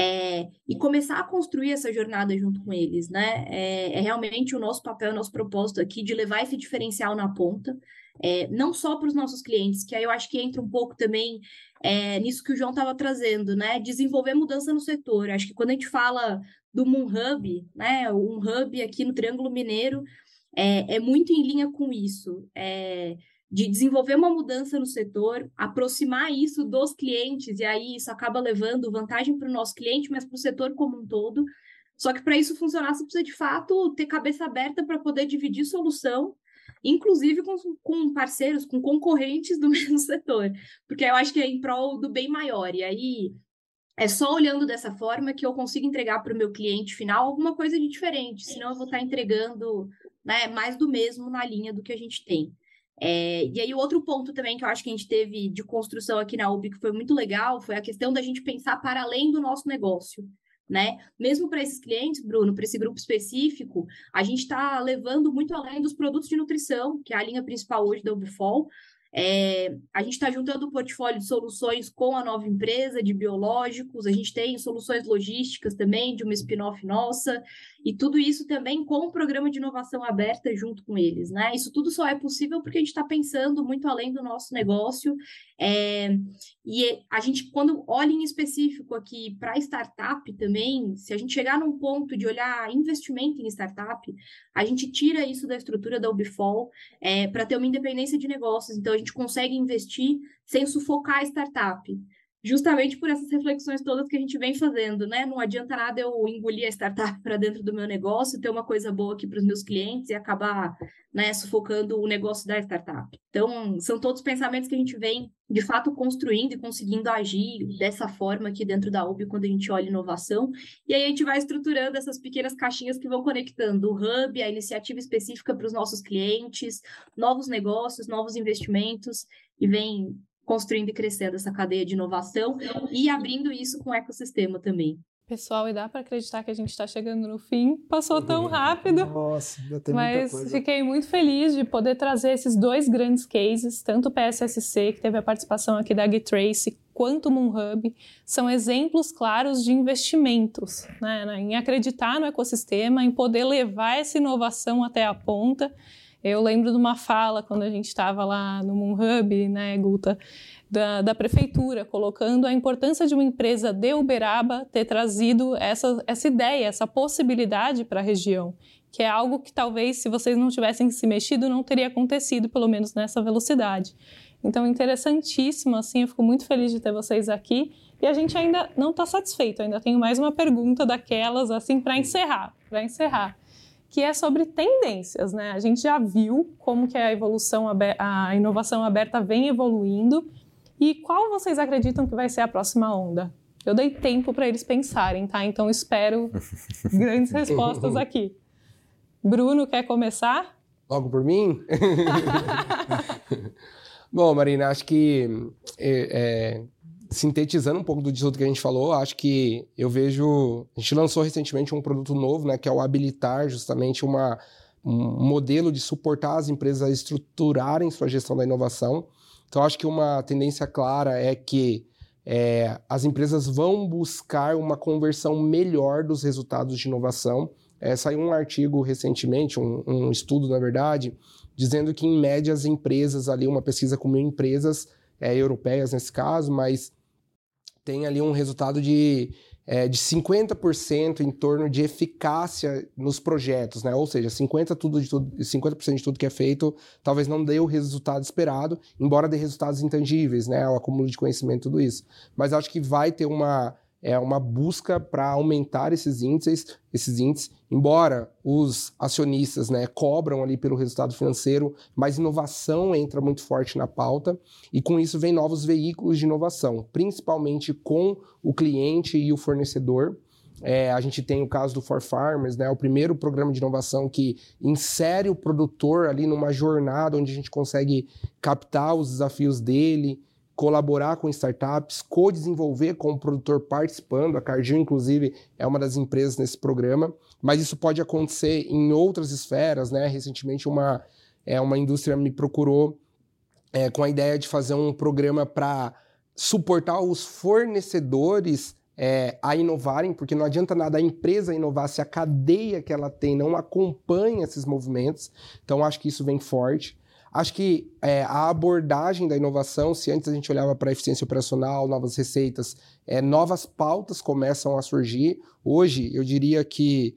e começar a construir essa jornada junto com eles, né? É realmente o nosso papel, o nosso propósito aqui de levar esse diferencial na ponta, não só para os nossos clientes, que aí eu acho que entra um pouco também nisso que o João estava trazendo, né? Desenvolver mudança no setor. Acho que quando a gente fala do Moon Hub, né? Um hub aqui no Triângulo Mineiro, é muito em linha com isso, de desenvolver uma mudança no setor, aproximar isso dos clientes, e aí isso acaba levando vantagem para o nosso cliente, mas para o setor como um todo. Só que para isso funcionar, você precisa, de fato, ter cabeça aberta para poder dividir solução, inclusive com parceiros, com concorrentes do mesmo setor, porque eu acho que é em prol do bem maior, e aí é só olhando dessa forma que eu consigo entregar para o meu cliente final alguma coisa de diferente, senão eu vou estar entregando, né, mais do mesmo na linha do que a gente tem. E aí, o outro ponto também que eu acho que a gente teve de construção aqui na UB que foi muito legal foi a questão da gente pensar para além do nosso negócio, né? Mesmo para esses clientes, Bruno, para esse grupo específico, a gente está levando muito além dos produtos de nutrição, que é a linha principal hoje da UBFOL. A gente está juntando o portfólio de soluções com a nova empresa de biológicos, a gente tem soluções logísticas também, de uma spin-off nossa, e tudo isso também com o programa de inovação aberta junto com eles, né? Isso tudo só é possível porque a gente está pensando muito além do nosso negócio, e a gente, quando olha em específico aqui para startup também, se a gente chegar num ponto de olhar investimento em startup, a gente tira isso da estrutura da UBFOL para ter uma independência de negócios, então a gente consegue investir sem sufocar a startup, justamente por essas reflexões todas que a gente vem fazendo, né? Não adianta nada eu engolir a startup para dentro do meu negócio, ter uma coisa boa aqui para os meus clientes e acabar, né, sufocando o negócio da startup. Então, são todos pensamentos que a gente vem, de fato, construindo e conseguindo agir dessa forma aqui dentro da UB quando a gente olha inovação. E aí a gente vai estruturando essas pequenas caixinhas que vão conectando o hub, a iniciativa específica para os nossos clientes, novos negócios, novos investimentos, e vem construindo e crescendo essa cadeia de inovação e abrindo isso com o ecossistema também. Pessoal, e dá para acreditar que a gente está chegando no fim? Passou tão rápido. Nossa, já tem mas muita coisa. Fiquei muito feliz de poder trazer esses dois grandes cases, tanto o PSSC, que teve a participação aqui da Agritrace, quanto o Moon Hub, são exemplos claros de investimentos, né, em acreditar no ecossistema, em poder levar essa inovação até a ponta. Eu lembro de uma fala quando a gente estava lá no Moon Hub, né, Gulta, da prefeitura, colocando a importância de uma empresa de Uberaba ter trazido essa ideia, essa possibilidade para a região, que é algo que talvez, se vocês não tivessem se mexido, não teria acontecido, pelo menos nessa velocidade. Então, interessantíssimo, assim, eu fico muito feliz de ter vocês aqui. E a gente ainda não está satisfeito, ainda tenho mais uma pergunta daquelas, assim, para encerrar, que é sobre tendências, né? A gente já viu como que a inovação aberta vem evoluindo. E qual vocês acreditam que vai ser a próxima onda? Eu dei tempo para eles pensarem, tá? Então, espero grandes respostas aqui. Bruno, quer começar? Logo por mim? Bom, Marina, acho que sintetizando um pouco do tudo que a gente falou, acho que a gente lançou recentemente um produto novo, né, que é o Habilitar, justamente um modelo de suportar as empresas a estruturarem sua gestão da inovação. Então, acho que uma tendência clara é que as empresas vão buscar uma conversão melhor dos resultados de inovação. Saiu um artigo recentemente, um estudo, na verdade, dizendo que, em média, as empresas ali, uma pesquisa com 1.000 empresas europeias nesse caso, mas tem ali um resultado de 50% em torno de eficácia nos projetos, né? Ou seja, 50% de tudo que é feito talvez não dê o resultado esperado, embora dê resultados intangíveis, né? O acúmulo de conhecimento, tudo isso. Mas acho que vai ter uma busca para aumentar esses índices, embora os acionistas, né, cobram ali pelo resultado financeiro, mas inovação entra muito forte na pauta, e com isso vem novos veículos de inovação, principalmente com o cliente e o fornecedor. A gente tem o caso do For Farmers, né, o primeiro programa de inovação que insere o produtor ali numa jornada onde a gente consegue captar os desafios dele, colaborar com startups, co-desenvolver com o produtor participando. A Cargill, inclusive, é uma das empresas nesse programa, mas isso pode acontecer em outras esferas, né? Recentemente, uma indústria me procurou com a ideia de fazer um programa para suportar os fornecedores a inovarem, porque não adianta nada a empresa inovar se a cadeia que ela tem não acompanha esses movimentos. Então, acho que isso vem forte. Acho que a abordagem da inovação, se antes a gente olhava para a eficiência operacional, novas receitas, novas pautas começam a surgir. Hoje, eu diria que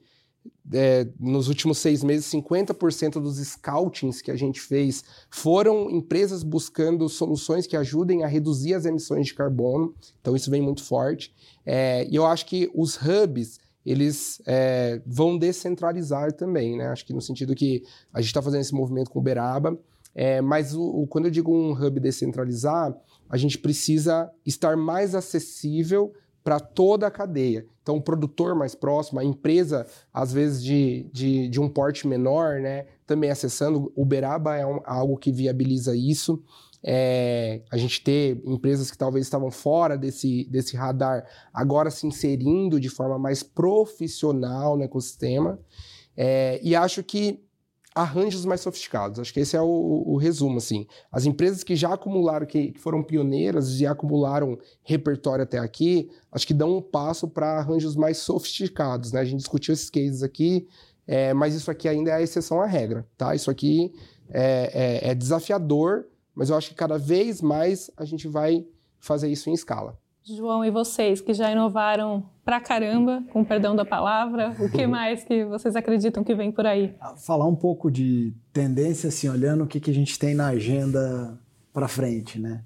nos últimos 6 meses, 50% dos scoutings que a gente fez foram empresas buscando soluções que ajudem a reduzir as emissões de carbono. Então, isso vem muito forte. E eu acho que os hubs, eles vão descentralizar também, né? Acho que no sentido que a gente está fazendo esse movimento com o Uberaba, mas quando eu digo um hub descentralizar, a gente precisa estar mais acessível para toda a cadeia. Então, o produtor mais próximo, a empresa, às vezes, de um porte menor, né, também acessando. O Uberaba é algo que viabiliza isso. A gente ter empresas que talvez estavam fora desse radar, agora se inserindo de forma mais profissional no ecossistema. E acho que arranjos mais sofisticados. Acho que esse é o resumo, assim. As empresas que já acumularam, que foram pioneiras e acumularam repertório até aqui, acho que dão um passo para arranjos mais sofisticados, né? A gente discutiu esses cases aqui, mas isso aqui ainda é a exceção à regra, tá? Isso aqui é desafiador, mas eu acho que cada vez mais a gente vai fazer isso em escala. João, e vocês que já inovaram pra caramba, com perdão da palavra, o que mais que vocês acreditam que vem por aí? Falar um pouco de tendência, assim, olhando o que a gente tem na agenda para frente, né?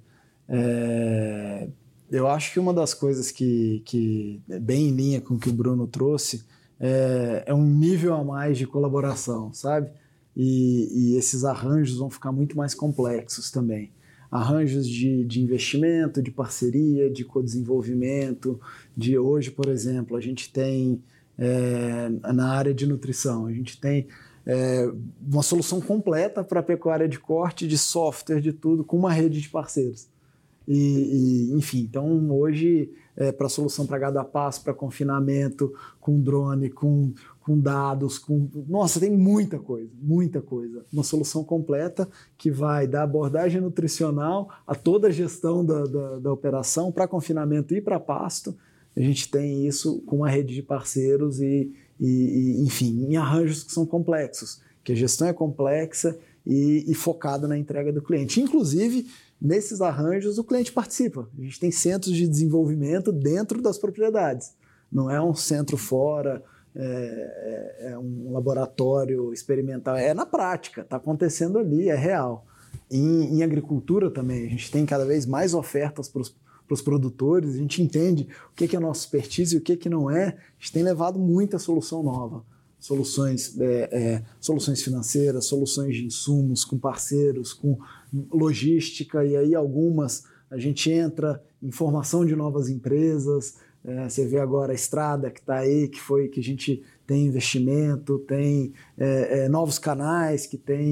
Eu acho que uma das coisas que é bem em linha com o que o Bruno trouxe é um nível a mais de colaboração, sabe? E esses arranjos vão ficar muito mais complexos também. Arranjos de investimento, de parceria, de co-desenvolvimento. Hoje, por exemplo, a gente tem, na área de nutrição, a gente tem uma solução completa para a pecuária de corte, de software, de tudo, com uma rede de parceiros. Enfim, então hoje, para solução para gado a pasto, para confinamento, com drone, com dados, nossa, tem muita coisa. Uma solução completa que vai da abordagem nutricional a toda a gestão da operação, para confinamento e para pasto. A gente tem isso com uma rede de parceiros enfim, em arranjos que são complexos, que a gestão é complexa e focada na entrega do cliente. Inclusive, nesses arranjos, o cliente participa. A gente tem centros de desenvolvimento dentro das propriedades. Não é um centro fora, é um laboratório experimental. É na prática, está acontecendo ali, é real. Em agricultura também, a gente tem cada vez mais ofertas para os produtores, a gente entende o que é nossa expertise e o que não é. A gente tem levado muita solução nova. Soluções financeiras, soluções de insumos com parceiros, com logística, e aí algumas a gente entra em formação de novas empresas. Você vê agora a Estrada que está aí, que a gente tem investimento, tem novos canais que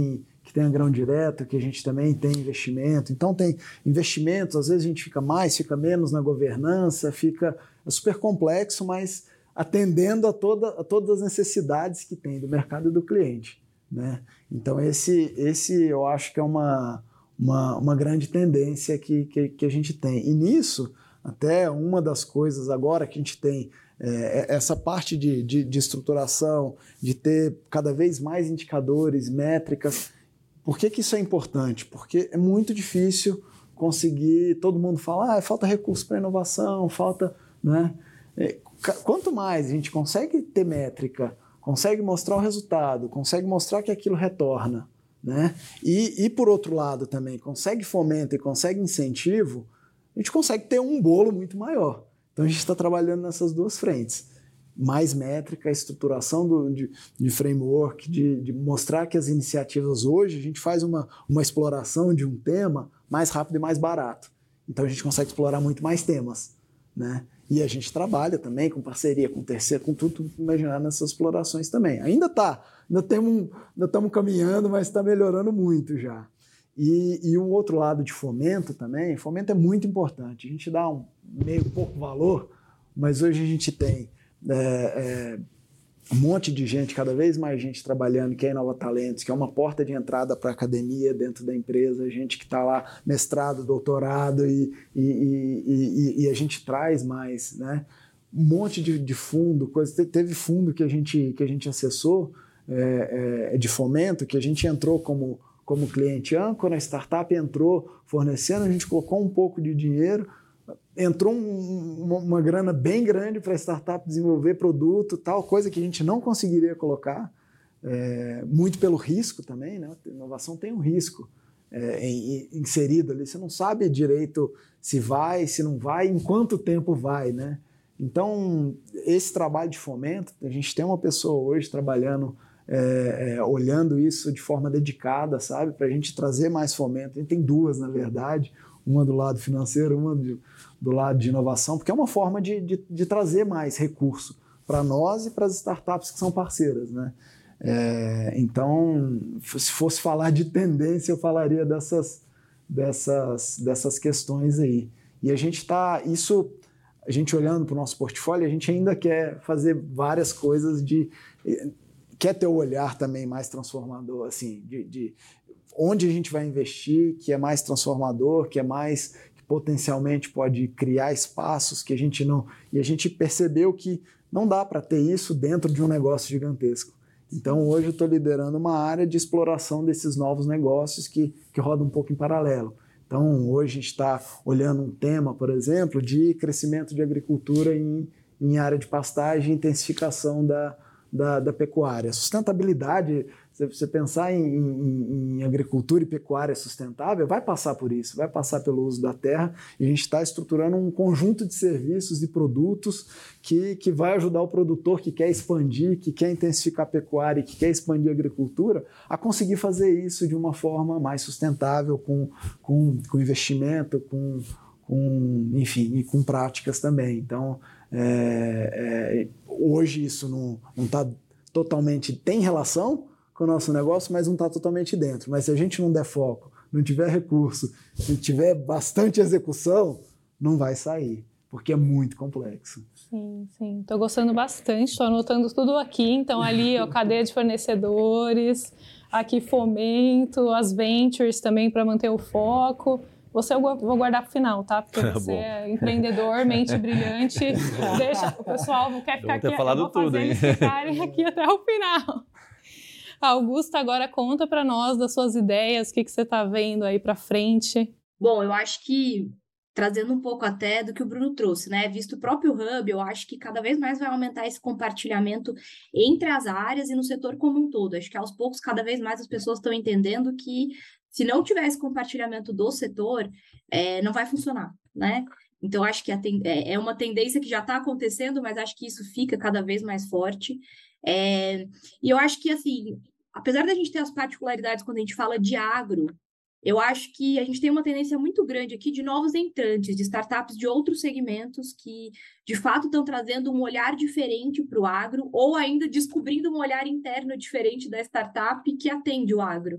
que tenha grão direto, que a gente também tem investimento. Então tem investimentos, às vezes a gente fica mais, fica menos na governança, é super complexo, mas atendendo a todas as necessidades que tem do mercado e do cliente, né? Então esse eu acho que é uma grande tendência que a gente tem. E nisso, até uma das coisas agora que a gente tem, essa parte de estruturação, de ter cada vez mais indicadores, métricas. Por que isso é importante? Porque é muito difícil conseguir, todo mundo fala, falta recurso para inovação, falta, né? Quanto mais a gente consegue ter métrica, consegue mostrar o resultado, consegue mostrar que aquilo retorna, né? E por outro lado também, consegue fomento e consegue incentivo, a gente consegue ter um bolo muito maior. Então a gente está trabalhando nessas duas frentes. Mais métrica, estruturação de framework, de mostrar que as iniciativas hoje, a gente faz uma exploração de um tema mais rápido e mais barato. Então a gente consegue explorar muito mais temas, né? E a gente trabalha também com parceria, com terceiro, com tudo imaginar nessas explorações também. Ainda estamos caminhando, mas está melhorando muito já. E um outro lado de fomento também, fomento é muito importante. A gente dá meio pouco valor, mas hoje a gente tem um monte de gente, cada vez mais gente trabalhando, que é Inova Talentos, que é uma porta de entrada para a academia dentro da empresa, gente que está lá mestrado, doutorado, e a gente traz mais, né? Um monte de fundo, teve fundo que a gente acessou de fomento, que a gente entrou como cliente âncora, a startup entrou fornecendo, a gente colocou um pouco de dinheiro, entrou uma grana bem grande para a startup desenvolver produto, tal coisa que a gente não conseguiria colocar, muito pelo risco também, né? A inovação tem um risco inserido ali, você não sabe direito se vai, se não vai, em quanto tempo vai, né? Então, esse trabalho de fomento, a gente tem uma pessoa hoje trabalhando, olhando isso de forma dedicada, sabe? Para a gente trazer mais fomento. A gente tem duas, na verdade, uma do lado financeiro, uma do lado de inovação, porque é uma forma de trazer mais recurso para nós e para as startups que são parceiras, né? Então, se fosse falar de tendência, eu falaria dessas questões aí. E a gente a gente olhando para o nosso portfólio, a gente ainda quer fazer várias coisas quer ter o olhar também mais transformador, assim, de onde a gente vai investir, que é mais transformador, que potencialmente pode criar espaços que a gente não... E a gente percebeu que não dá para ter isso dentro de um negócio gigantesco. Então, hoje eu estou liderando uma área de exploração desses novos negócios que rodam um pouco em paralelo. Então, hoje a gente está olhando um tema, por exemplo, de crescimento de agricultura em área de pastagem e intensificação da pecuária. Sustentabilidade, se você pensar em agricultura e pecuária sustentável, vai passar por isso, vai passar pelo uso da terra, e a gente está estruturando um conjunto de serviços e produtos que vai ajudar o produtor que quer expandir, que quer intensificar a pecuária e que quer expandir a agricultura, a conseguir fazer isso de uma forma mais sustentável, com investimento, enfim, e com práticas também. Então, hoje isso não está totalmente... Tem relação com o nosso negócio, mas não está totalmente dentro. Mas se a gente não der foco, não tiver recurso, se tiver bastante execução, não vai sair, porque é muito complexo. Sim, sim. Estou gostando bastante, estou anotando tudo aqui. Então, ali, cadeia de fornecedores, aqui fomento, as ventures também para manter o foco. Você eu vou guardar para o final, tá? Porque você é empreendedor, mente brilhante. Deixa, o pessoal não quer ficar aqui. Eu vou fazer eles ficarem aqui até o final. Augusta, agora conta para nós das suas ideias, o que você está vendo aí para frente. Bom, eu acho que, trazendo um pouco até do que o Bruno trouxe, né? Visto o próprio Hub, eu acho que cada vez mais vai aumentar esse compartilhamento entre as áreas e no setor como um todo. Acho que aos poucos, cada vez mais as pessoas estão entendendo que se não tiver esse compartilhamento do setor, não vai funcionar, né? Então, acho que é uma tendência que já está acontecendo, mas acho que isso fica cada vez mais forte. E eu acho que, assim, apesar da gente ter as particularidades quando a gente fala de agro, eu acho que a gente tem uma tendência muito grande aqui de novos entrantes, de startups de outros segmentos que, de fato, estão trazendo um olhar diferente para o agro ou ainda descobrindo um olhar interno diferente da startup que atende o agro,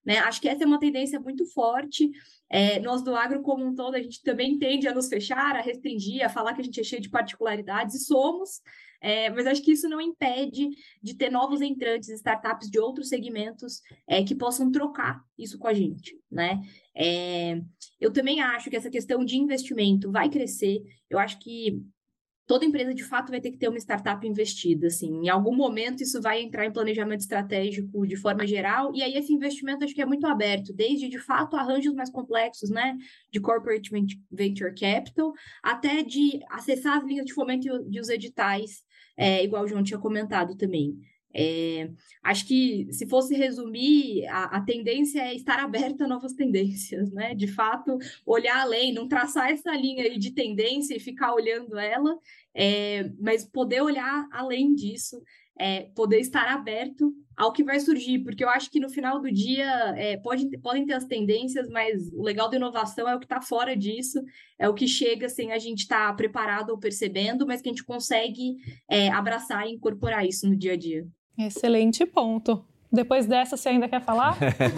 né? Acho que essa é uma tendência muito forte. Nós do agro como um todo, a gente também tende a nos fechar, a restringir, a falar que a gente é cheio de particularidades, e somos, mas acho que isso não impede de ter novos entrantes, startups de outros segmentos que possam trocar isso com a gente, né? Eu também acho que essa questão de investimento vai crescer. Eu acho que toda empresa, de fato, vai ter que ter uma startup investida, assim. Em algum momento, isso vai entrar em planejamento estratégico de forma geral, e aí esse investimento acho que é muito aberto, desde, de fato, arranjos mais complexos, né, de corporate venture capital, até de acessar as linhas de fomento e os editais, igual o João tinha comentado também. Acho que, se fosse resumir, a tendência é estar aberta a novas tendências, né? De fato, olhar além, não traçar essa linha aí de tendência e ficar olhando ela, mas poder olhar além disso, poder estar aberto ao que vai surgir, porque eu acho que no final do dia podem ter as tendências, mas o legal da inovação é o que está fora disso, é o que chega sem a gente estar preparado ou percebendo, mas que a gente consegue abraçar e incorporar isso no dia a dia. Excelente ponto. Depois dessa, você ainda quer falar?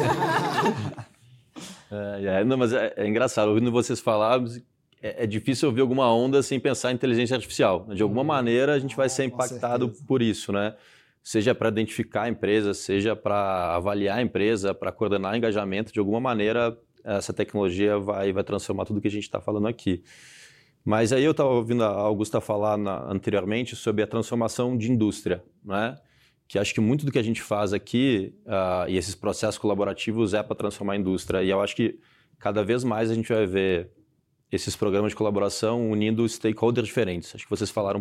Não, mas é engraçado, ouvindo vocês falar, é difícil ouvir alguma onda sem pensar em inteligência artificial. De alguma maneira, a gente vai ser impactado por isso, né? Seja para identificar a empresa, seja para avaliar a empresa, para coordenar engajamento, de alguma maneira, essa tecnologia vai transformar tudo que a gente está falando aqui. Mas aí eu estava ouvindo a Augusta falar anteriormente sobre a transformação de indústria, né? Que acho que muito do que a gente faz aqui e esses processos colaborativos para transformar a indústria. E eu acho que cada vez mais a gente vai ver esses programas de colaboração unindo stakeholders diferentes. Acho que vocês falaram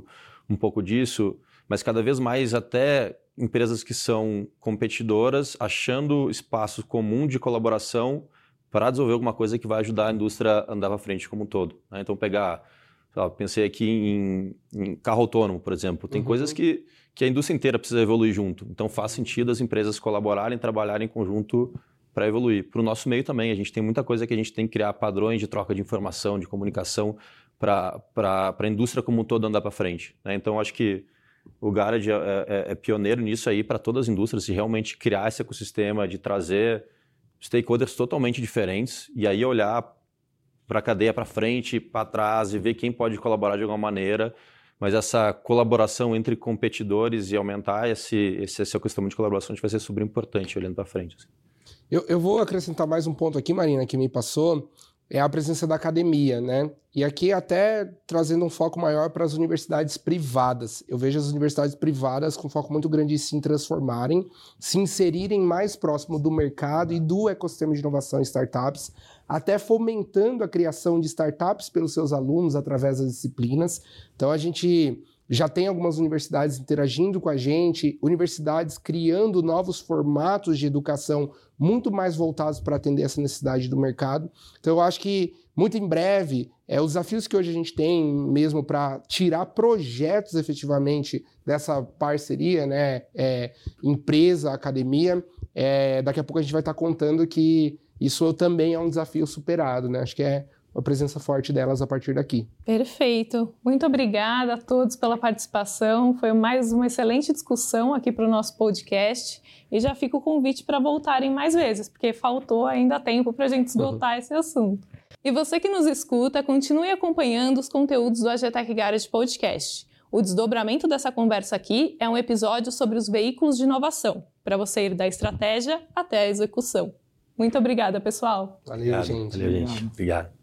um pouco disso, mas cada vez mais até empresas que são competidoras achando espaço comum de colaboração para desenvolver alguma coisa que vai ajudar a indústria a andar para frente como um todo, né? Então pensei aqui em carro autônomo, por exemplo. Tem coisas que a indústria inteira precisa evoluir junto. Então faz sentido as empresas colaborarem, trabalharem em conjunto para evoluir. Para o nosso meio também, a gente tem muita coisa que a gente tem que criar padrões de troca de informação, de comunicação para a indústria como um todo andar para frente, né? Então acho que o Garage é pioneiro nisso aí para todas as indústrias, de realmente criar esse ecossistema, de trazer stakeholders totalmente diferentes e aí olhar para a cadeia para frente, para trás e ver quem pode colaborar de alguma maneira. Mas essa colaboração entre competidores e aumentar esse ecossistema de colaboração vai ser super importante olhando para frente. Assim. Eu vou acrescentar mais um ponto aqui, Marina, que me passou, é a presença da academia, né? E aqui até trazendo um foco maior para as universidades privadas. Eu vejo as universidades privadas com foco muito grande em se transformarem, se inserirem mais próximo do mercado e do ecossistema de inovação e startups, até fomentando a criação de startups pelos seus alunos através das disciplinas. Então a gente já tem algumas universidades interagindo com a gente, universidades criando novos formatos de educação muito mais voltados para atender essa necessidade do mercado. Então eu acho que muito em breve, os desafios que hoje a gente tem mesmo para tirar projetos efetivamente dessa parceria, né, empresa, academia, daqui a pouco a gente vai estar contando que isso também é um desafio superado, né? Acho que é a presença forte delas a partir daqui. Perfeito. Muito obrigada a todos pela participação. Foi mais uma excelente discussão aqui para o nosso podcast. E já fica o convite para voltarem mais vezes, porque faltou ainda tempo para a gente esgotar esse assunto. E você que nos escuta, continue acompanhando os conteúdos do AGTech Garage Podcast. O desdobramento dessa conversa aqui é um episódio sobre os veículos de inovação, para você ir da estratégia até a execução. Muito obrigada, pessoal. Valeu, gente. Valeu, gente. Obrigado.